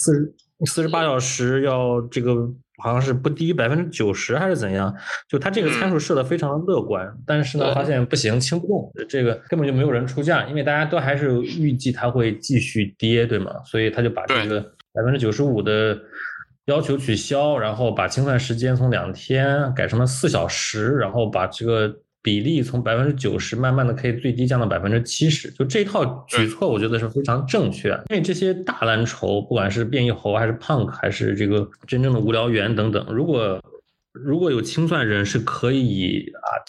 48小时要这个好像是不低于90%还是怎样，就他这个参数设的非常的乐观，但是呢发现不行，清不动，这个根本就没有人出价，因为大家都还是预计它会继续跌，对吗？所以他就把这个95%的要求取消，然后把清算时间从2天改成了4小时，然后把这个比例从90%慢慢的可以最低降到70%。就这套举措，我觉得是非常正确。因为这些大蓝筹，不管是变异猴还是 Punk 还是这个真正的无聊猿等等，如果有清算人是可以以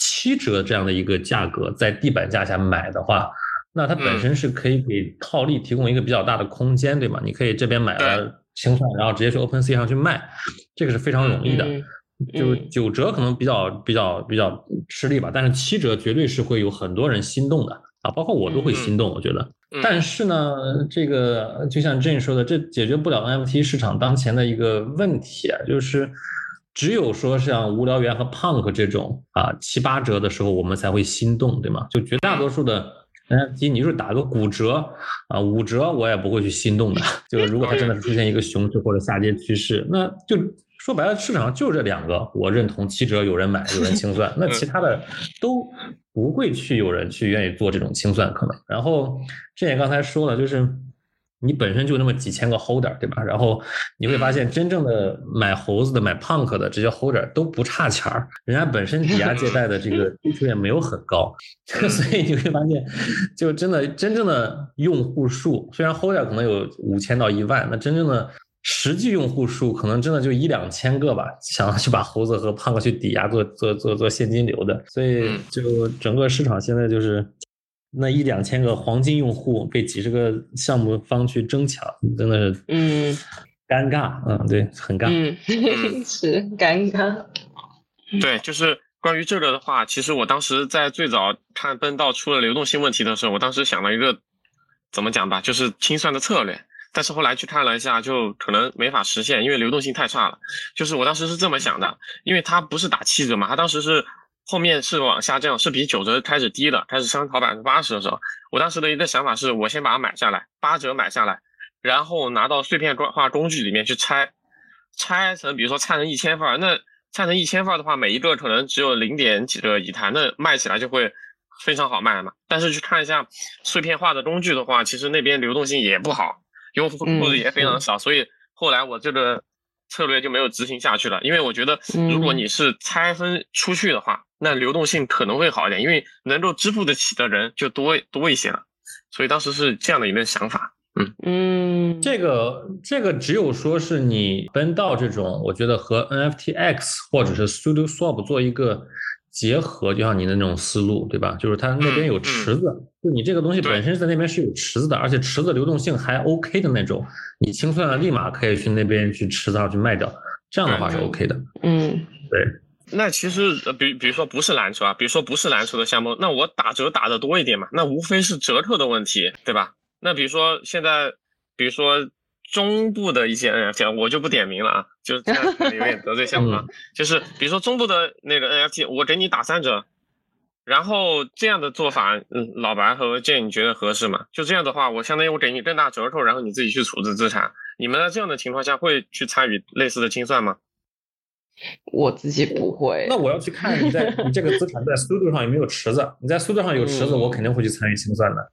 7折这样的一个价格在地板价下买的话，那它本身是可以给套利提供一个比较大的空间，对吗？你可以这边买了清算，然后直接去 OpenSea 上去卖，这个是非常容易的。就9折可能比较吃力吧，但是7折绝对是会有很多人心动的啊，包括我都会心动，我觉得。但是呢，这个就像 Jane 说的，这解决不了 NFT 市场当前的一个问题啊，就是只有说像无聊猿和 Punk 这种7、8折的时候，我们才会心动，对吗？就绝大多数的 NFT， 你就是打个5折5折，我也不会去心动的。就如果它真的是出现一个熊市或者下跌趋势，那就说白了，市场上就这2个，我认同7折有人买，有人清算，那其他的都不会有人去愿意做这种清算可能。然后这也刚才说了，就是你本身就那么几千个 holder， 对吧？然后你会发现，真正的买猴子的、买 punk 的这些 holder 都不差钱儿，人家本身抵押借贷的这个需求也没有很高，所以你会发现，就真正的用户数，虽然 holder 可能有5000到1万，那真正的实际用户数可能真的就1-2千个吧，想要去把猴子和胖哥去抵押做现金流的，所以就整个市场现在就是那1-2千个黄金用户被几十个项目方去争抢，真的是尴尬，对，很尬， 是尴尬。 对，就是关于这个的话，其实我当时在最早看奔道出了流动性问题的时候，我当时想了一个怎么讲吧，就是清算的策略。但是后来去看了一下，就可能没法实现，因为流动性太差了。就是我当时是这么想的，因为它不是打7折嘛，它当时是后面是往下降，是比9折开始低的，开始商讨80%的时候，我当时的一个想法是我先把它买下来，8折买下来，然后拿到碎片化工具里面去拆成，比如说拆成1000份，那拆成1000份的话，每一个可能只有0.几个以太，那卖起来就会非常好卖嘛。但是去看一下碎片化的工具的话，其实那边流动性也不好。用户数也非常少，所以后来我这个策略就没有执行下去了。因为我觉得，如果你是拆分出去的话，那流动性可能会好一点，因为能够支付得起的人就多一些了。所以当时是这样的一个想法。 这个只有说是你奔道这种，我觉得和 NFTX 或者是 SudioSwap 做一个结合，就像你的那种思路，对吧？就是它那边有池子，就你这个东西本身在那边是有池子的，而且池子流动性还 OK 的那种，你清算了立马可以去那边去池子上去卖掉，这样的话是 OK 的。对。 那其实比如说不是蓝筹比如说不是蓝筹的项目，那我打折打的多一点嘛，那无非是折扣的问题，对吧？那比如说现在，比如说中部的一些 NFT， 我就不点名了就是这样有点得罪项目就是比如说中部的那个 NFT， 我给你打3折，然后这样的做法，老白和 Jane 你觉得合适吗？就这样的话，我相当于我给你更大折扣，然后你自己去处置资产，你们在这样的情况下会去参与类似的清算吗？ 我自己不会。 那我要去看你这个资产在 Studio 上有没有池子，你在 Studio 上有池子，我肯定会去参与清算的。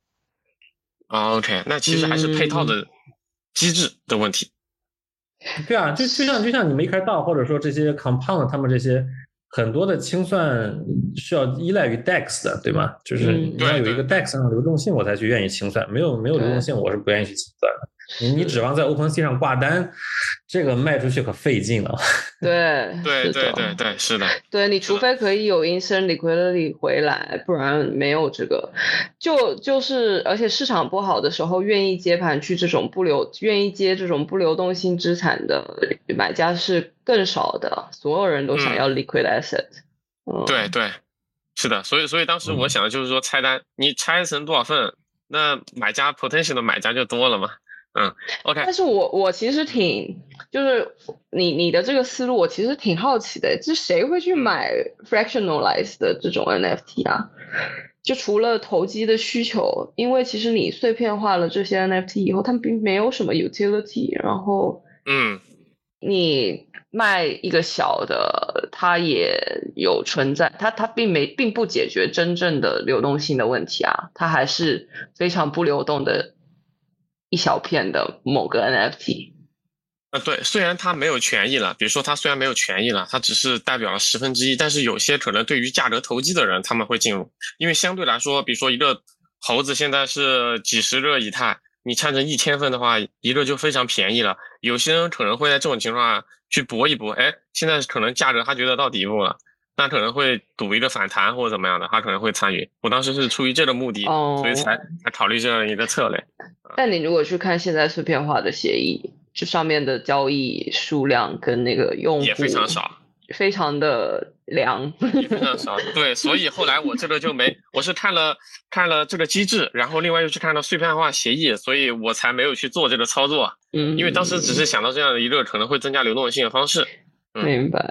OK， 那其实还是配套的机制的问题。 对啊，就像你们一开始到，或者说这些 Compound 他们这些很多的清算需要依赖于 DEX 的，对吗？就是你要有一个 DEX 上的流动性，我才去愿意清算，没有流动性，我是不愿意去清算的。你指望在 OpenSea 上挂单，这个卖出去可费劲了。 对，是的。 对，你除非可以有 instant liquidity 回来，不然没有这个。就是而且市场不好的时候，愿意接盘去愿意接这种不流动性资产的买家是更少的，所有人都想要 liquid asset。 对，是的。所以当时我想的就是说拆单，你拆成多少份，那买家 potential 的买家就多了嘛。OK。 但是我其实就是你的这个思路，我其实挺好奇的，就是谁会去买 fractionalized 的这种 NFT 啊？就除了投机的需求，因为其实你碎片化了这些 NFT 以后，它们并没有什么 utility， 然后你卖一个小的，它也有存在，它并不解决真正的流动性的问题啊，它还是非常不流动的一小片的某个 NFT。 对，虽然它没有权益了，比如说它虽然没有权益了，它只是代表了1/10，但是有些可能对于价格投机的人他们会进入，因为相对来说，比如说一个猴子现在是几十个以太，你拆成1000份的话，一个就非常便宜了。有些人可能会在这种情况下去搏一搏，哎，现在可能价格他觉得到底部了，那可能会赌一个反弹或者怎么样的，他可能会参与。我当时是出于这个目的，所以才考虑这样一个策略。 但你如果去看现在碎片化的协议，这上面的交易数量跟那个用户也非常少， 非常的凉， 也非常少。对，所以后来我这个就没，我是看了这个机制，然后另外又去看了碎片化协议，所以我才没有去做这个操作。因为当时只是想到这样的一个可能会增加流动性的方式。 明白。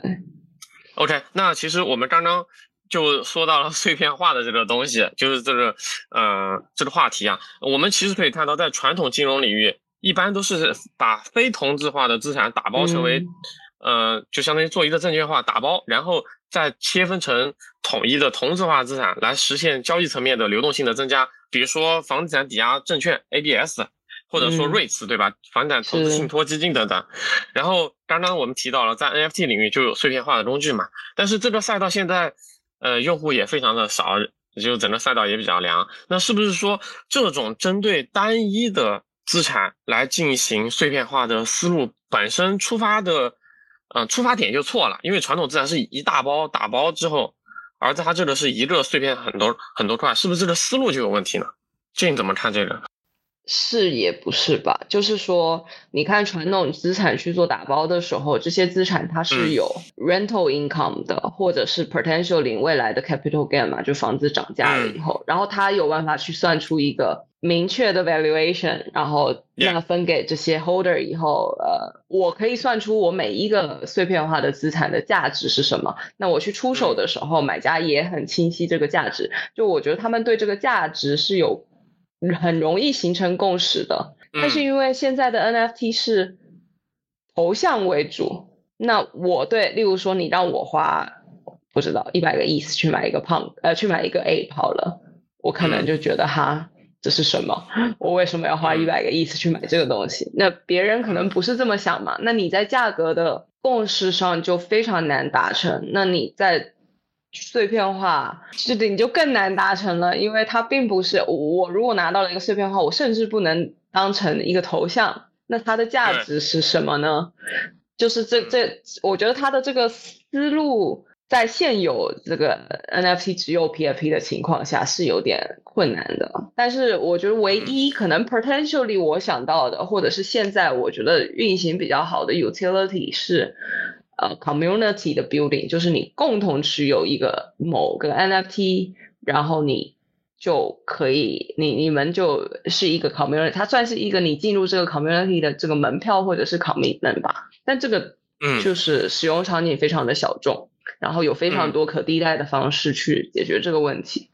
OK， 那其实我们刚刚就说到了碎片化的这个东西，就是这个话题啊。我们其实可以看到，在传统金融领域，一般都是把非同质化的资产打包成为就相当于做一个证券化打包，然后再切分成统一的同质化资产，来实现交易层面的流动性的增加。比如说房地产抵押证券 ABS， 或者说 REITs，对吧？房地产投资信托基金等等。然后刚刚我们提到了，在 NFT 领域就有碎片化的工具嘛，但是这个赛道现在用户也非常的少，就整个赛道也比较凉。那是不是说这种针对单一的资产来进行碎片化的思路本身出发点就错了？因为传统资产是一大包打包之后，而在它这个是一个碎片很多块，是不是这个思路就有问题呢？这你怎么看这个？ 是也不是吧，就是说你看传统资产去做打包的时候，这些资产它是有 rental income 的，或者是 potentially 未来的 capital gain 嘛，就房子涨价了以后，然后它有办法去算出一个明确的 valuation， 然后那分给这些 holder 以后，我可以算出我每一个碎片化的资产的价值是什么，那我去出手的时候，买家也很清晰这个价值，就我觉得他们对这个价值是有很容易形成共识的。但是因为现在的 NFT 是头像为主，那我对，例如说你让我花不知道100个 ETH 去买一个去买一个 ape 好了，我可能就觉得哈，这是什么？我为什么要花100个 ETH 去买这个东西？那别人可能不是这么想嘛，那你在价格的共识上就非常难达成，那你在碎片化你就更难达成了，因为它并不是我如果拿到了一个碎片化，我甚至不能当成一个头像，那它的价值是什么呢？就是我觉得它的这个思路在现有这个 NFT 只有 PFP 的情况下是有点困难的。但是我觉得唯一可能 potentially 我想到的，或者是现在我觉得运行比较好的 utility 是community 的 building， 就是你共同持有一个某个 NFT， 然后你就可以你们就是一个 community， 它算是一个你进入这个 community 的这个门票或者是 commitment 吧，但这个就是使用场景非常的小众，然后有非常多可替代的方式去解决这个问题。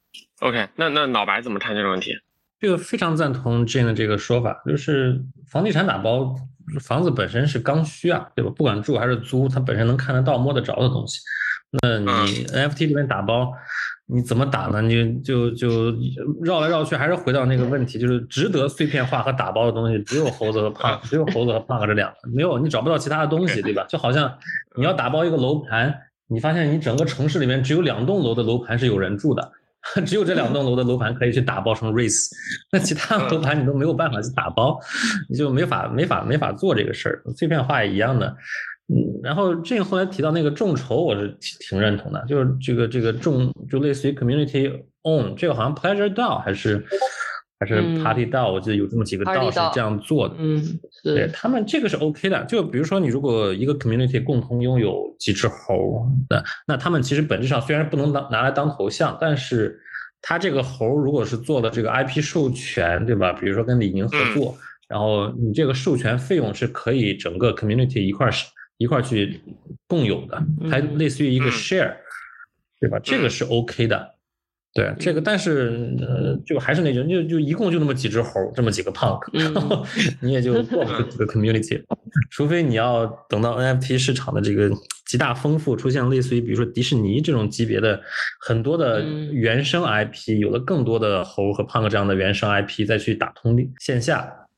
OK， 那老白怎么看这个问题？ 这个非常赞同 Jane 的这个说法，就是房地产打包，房子本身是刚需啊，对吧？不管住还是租，它本身能看得到、摸得着的东西。那你 NFT 这边打包，你怎么打呢？你就绕来绕去，还是回到那个问题，就是值得碎片化和打包的东西，只有猴子和胖，只有猴子和胖这两个，没有，你找不到其他的东西，对吧？就好像你要打包一个楼盘，你发现你整个城市里面只有2栋楼的楼盘是有人住的。只有这2栋楼的楼盘可以去打包成 REITs， 那其他楼盘你都没有办法去打包，你就没法做这个事儿。碎片化也一样的。然后这后来提到那个众筹，我是挺认同的，就是这个就类似于 community own， 这个好像 Pleasure DAO 还是 Party DAO， 我记得有这么几个 DAO 是这样做的。对，他们这个是 OK 的。就比如说你如果一个 community 共同拥有几只猴的，那他们其实本质上虽然不能拿来当头像，但是他这个猴如果是做了这个 IP 授权，对吧？比如说跟李宁合作，然后你这个授权费用是可以整个 community 一块去共有的，它类似于一个 share， 对吧？这个是 OK 的。对这个，但是就还是那种，就一共就那么几只猴，这么几个 punk， 然后你也就做不出几个 community， 除非你要等到 NFT 市场的这个极大丰富，出现类似于比如说迪士尼这种级别的很多的原生 IP，有了更多的猴和 punk 这样的原生 IP，再去打通线下，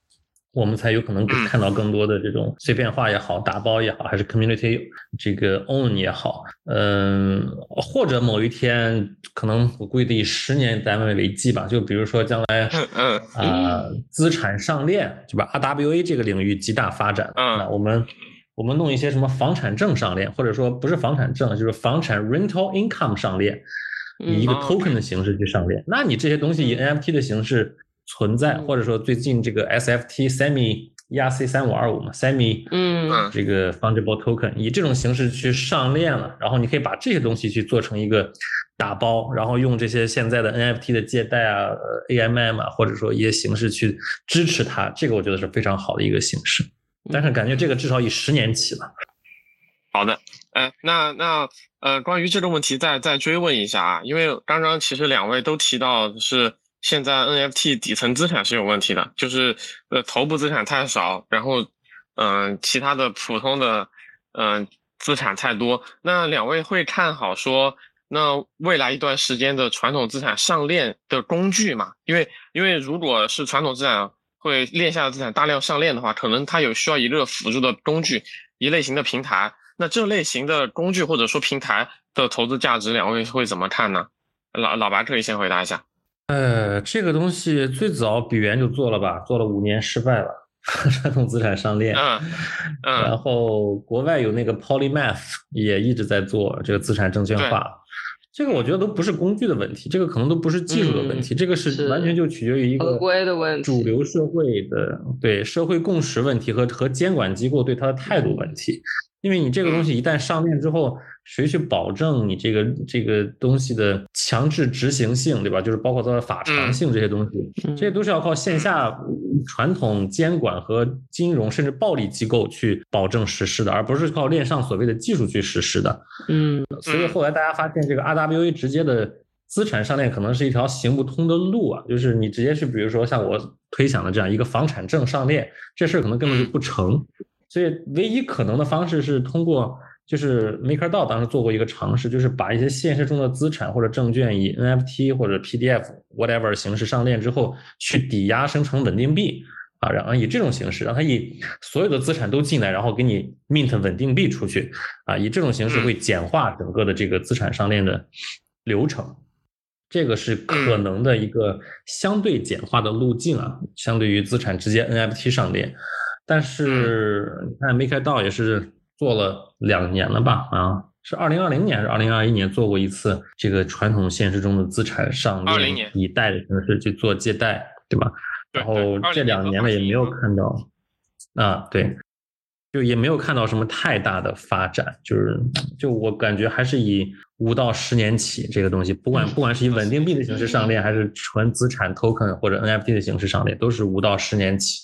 我们才有可能看到更多的这种碎片化也好，打包也好，还是 community 这个 own 也好，或者某一天可能我估计得以10年单位为计吧，就比如说将来资产上链，对吧 ？RWA 这个领域极大发展，那我们弄一些什么房产证上链，或者说不是房产证，就是房产 rental income 上链，以一个 token 的形式去上链。那你这些东西以 NFT 的形式存在，或者说最近这个 SFT Semi ERC 3525嘛 Semi 这个 fungible token 以这种形式去上链了，然后你可以把这些东西去做成一个打包，然后用这些现在的 NFT 的借贷啊、AMM 啊，或者说一些形式去支持它，这个我觉得是非常好的一个形式。但是感觉这个至少以10年起了。 好的，关于这个问题再追问一下啊，因为刚刚其实2位都提到是现在 NFT 底层资产是有问题的，就是头部资产太少，然后其他的普通的资产太多。那2位会看好说那未来一段时间的传统资产上链的工具嘛？因为如果是传统资产会链下的资产大量上链的话，可能它有需要一个辅助的工具，一类型的平台。那这类型的工具或者说平台的投资价值，2位会怎么看呢？老白可以先回答一下。 这个东西最早比原就做了吧，做了5年失败了，传统资产上链。然后国外有那个 Polymath 也一直在做这个资产证券化。这个我觉得都不是工具的问题，这个可能都不是技术的问题，这个是完全就取决于一个主流社会的对社会共识问题和监管机构对它的态度问题。因为你这个东西一旦上链之后，谁去保证你这个东西的强制执行性，对吧？就是包括它的法偿性这些东西，这些都是要靠线下传统监管和金融甚至暴力机构去保证实施的，而不是靠链上所谓的技术去实施的。所以后来大家发现这个 RWA 直接的资产上链可能是一条行不通的路啊，就是你直接去比如说像我推想的这样一个房产证上链，这事儿可能根本就不成。所以唯一可能的方式是通过，就是 MakerDAO 当时做过一个尝试，就是把一些现实中的资产或者证券以 NFT 或者 PDF whatever 形式上链之后，去抵押生成稳定币啊，然后以这种形式让它以所有的资产都进来，然后给你 mint 稳定币出去啊，以这种形式会简化整个的这个资产上链的流程。这个是可能的一个相对简化的路径啊，相对于资产直接 NFT 上链。但是你看 MakerDAO 也是做了2年了吧？是2020年还是2021年做过一次这个传统现实中的资产上链，以贷的形式去做借贷，对吧？然后这2年呢也没有看到对，就也没有看到什么太大的发展，就我感觉还是以5到10年起这个东西，不管是以稳定币的形式上链，还是纯资产 token 或者 NFT 的形式上链，都是5到10年起。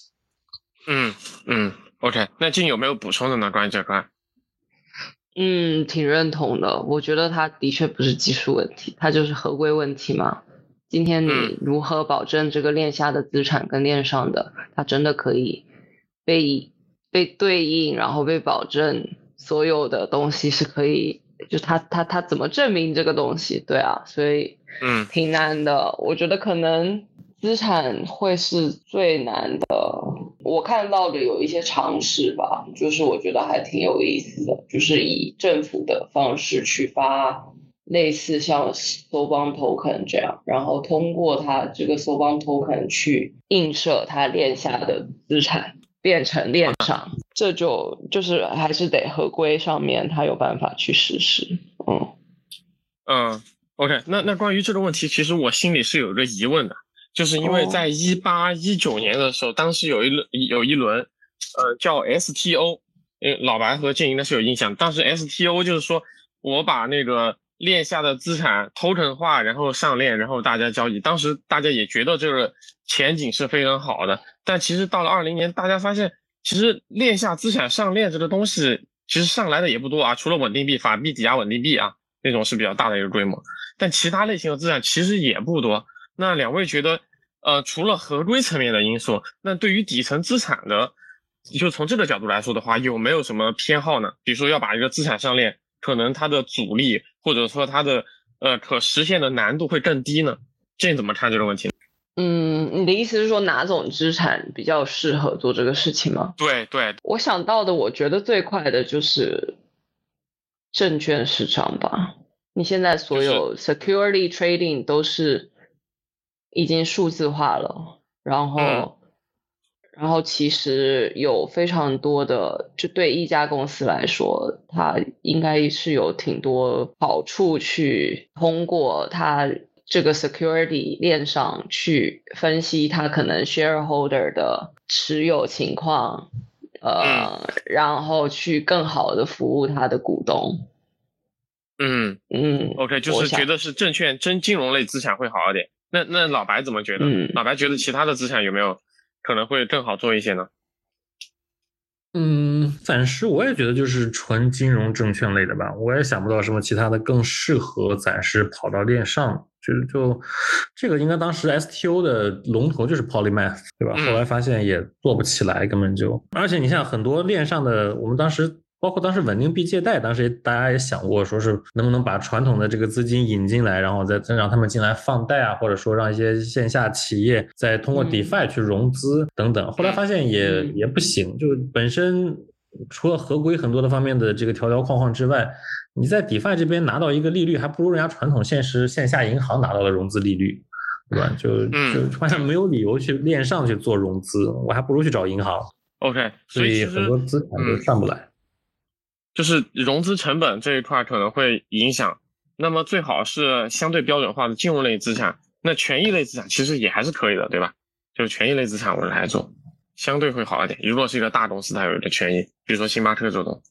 OK， 那静有没有补充的呢？关于这块？ 挺认同的。我觉得它的确不是技术问题，它就是合规问题嘛。今天你如何保证这个链下的资产跟链上的，它真的可以被对应，然后被保证所有的东西是可以，就它怎么证明这个东西？对啊，所以挺难的。我觉得可能资产会是最难的。我看到的有一些尝试吧，就是我觉得还挺有意思的，就是以政府的方式去发类似像 Soulbound Token 这样，然后通过它这个 Soulbound Token 去映射它链下的资产变成链上，这就是还是得合规上面它有办法去实施。 OK， 那关于这个问题，其实我心里是有一个疑问的。就是因为在18、19年的时候，当时有一轮叫 STO， 老白和建应该是有印象。当时 STO 就是说我把那个链下的资产 token 化，然后上链，然后大家交易。当时大家也觉得这个前景是非常好的，但其实到了20年，大家发现其实链下资产上链这个东西其实上来的也不多啊，除了稳定币、法币抵押稳定币啊那种是比较大的一个规模，但其他类型的资产其实也不多。那2位觉得除了合规层面的因素，那对于底层资产的，就从这个角度来说的话，有没有什么偏好呢？比如说要把一个资产上链，可能它的阻力或者说它的可实现的难度会更低呢？这怎么看这个问题？ 你的意思是说哪种资产比较适合做这个事情吗？ 对， 我想到的，我觉得最快的就是证券市场吧。你现在所有 security trading 都是已经数字化了，然后其实有非常多的，就对一家公司来说，它应该是有挺多好处去通过它这个 security 链上去分析它可能 shareholder 的持有情况，然后去更好的服务它的股东。 OK， 就是觉得是证券真金融类资产会好一点。那老白怎么觉得？老白觉得其他的资产有没有可能会更好做一些呢？ 暂时我也觉得就是纯金融证券类的吧，我也想不到什么其他的更适合暂时跑到链上。就这个应该当时 STO 的龙头就是 Polymath， 对吧？后来发现也做不起来，根本就。而且你像很多链上的，我们当时包括当时稳定币借贷，当时大家也想过，说是能不能把传统的这个资金引进来，然后再让他们进来放贷啊，或者说让一些线下企业再通过 DeFi 去融资等等。后来发现也不行，就本身除了合规很多的方面的这个条条框框之外，你在 DeFi 这边拿到一个利率，还不如人家传统线下银行拿到的融资利率，对吧？就发现没有理由去链上去做融资，我还不如去找银行。 OK， 所以很多资产就上不来。 就是融资成本这一块可能会影响，那么最好是相对标准化的金融类资产，那权益类资产其实也还是可以的，对吧？就是权益类资产我来做，相对会好一点。如果是一个大公司它有的权益，比如说星巴克这种，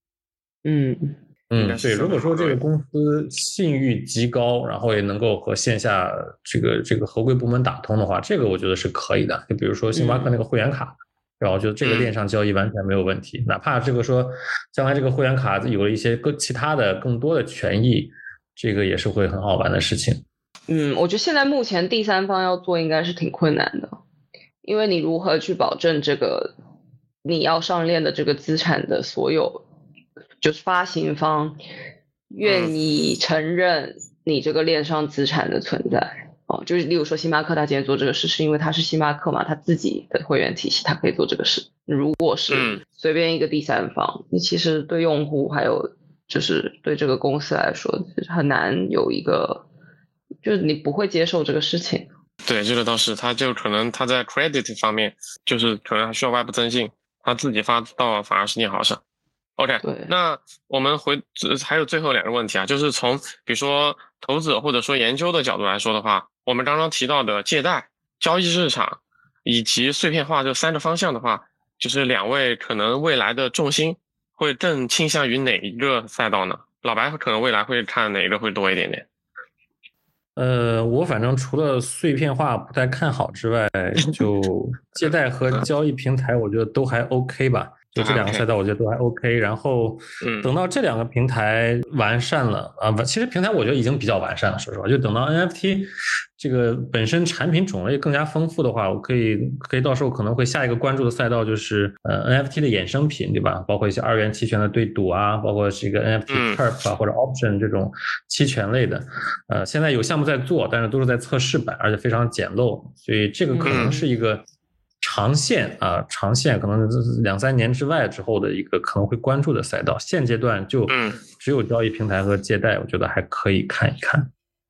对，如果说这个公司信誉极高，然后也能够和线下这个合规部门打通的话，这个我觉得是可以的。就比如说星巴克那个会员卡，然后就这个链上交易完全没有问题，哪怕这个说将来这个会员卡有了一些其他的更多的权益，这个也是会很好玩的事情。 我觉得现在目前第三方要做应该是挺困难的，因为你如何去保证这个你要上链的这个资产的所有，就是发行方愿意承认你这个链上资产的存在。就是例如说星巴克他今天做这个事是因为他是星巴克嘛，他自己的会员体系他可以做这个事。如果是随便一个第三方，你其实对用户还有就是对这个公司来说很难有一个，就是你不会接受这个事情。 对，这个倒是，他就可能他在 credit 方面就是可能还需要外部增信，他自己发到反而是件好事。OK， 那我们还有最后2个问题啊，就是从比如说投资者或者说研究的角度来说的话，我们刚刚提到的借贷、交易市场以及碎片化这3个方向的话，就是2位可能未来的重心会更倾向于哪一个赛道呢？老白可能未来会看哪个会多一点点？ 我反正除了碎片化不太看好之外，就借贷和交易平台，我觉得都还 OK 吧。就这2个赛道，我觉得都还 OK。然后等到这2个平台完善了其实平台我觉得已经比较完善了，说实话。就等到 NFT 这个本身产品种类更加丰富的话，我可以到时候可能会下一个关注的赛道就是NFT 的衍生品，对吧？包括一些2元期权的对赌啊，包括这个 NFT perp 或者 option 这种期权类的。现在有项目在做，但是都是在测试版，而且非常简陋，所以这个可能是一个长线可能2-3年之外之后的一个可能会关注的赛道。现阶段就只有交易平台和借贷，我觉得还可以看一看。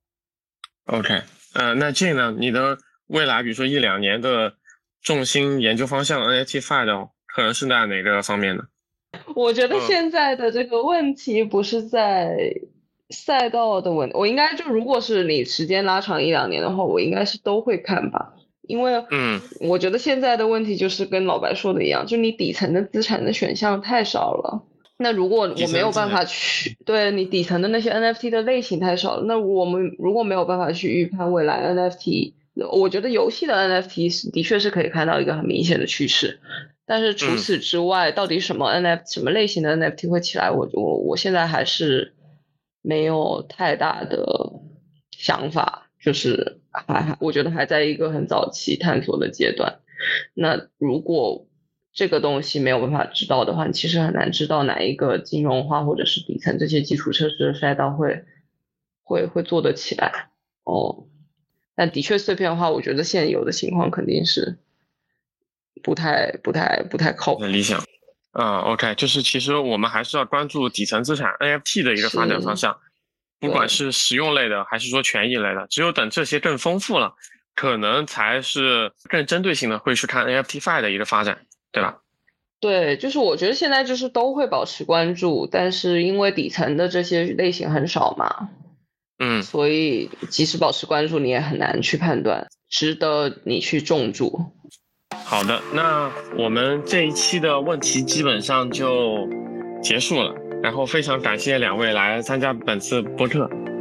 OK，那这呢？你的未来比如说1-2年的重心研究方向 NFT-Fi 的可能是在哪个方面呢？ 我觉得现在的这个问题不是在赛道的问题，我应该就如果是你时间拉长1-2年的话，我应该是都会看吧。因为我觉得现在的问题就是跟老白说的一样，就你底层的资产的选项太少了。那如果我没有办法去对你底层的那些 NFT 的类型太少了，那我们如果没有办法去预判未来 NFT， 我觉得游戏的 NFT 的确是可以看到一个很明显的趋势，但是除此之外，到底什么类型的 NFT 会起来，我现在还是没有太大的想法，就是我觉得还在一个很早期探索的阶段。那如果这个东西没有办法知道的话，你其实很难知道哪一个金融化或者是底层这些基础设施的赛道会做得起来。 但的确碎片化，我觉得现有的情况肯定是不太靠谱。 很理想。OK， 就是其实我们还是要关注底层资产 NFT 的一个发展方向，不管是实用类的还是说权益类的，只有等这些更丰富了，可能才是更针对性的会去看 NFTFi 的一个发展，对吧？ 对，就是我觉得现在就是都会保持关注，但是因为底层的这些类型很少嘛，所以即使保持关注，你也很难去判断值得你去重注。 好的，那我们这一期的问题基本上就结束了，然后非常感谢两位来参加本次播客。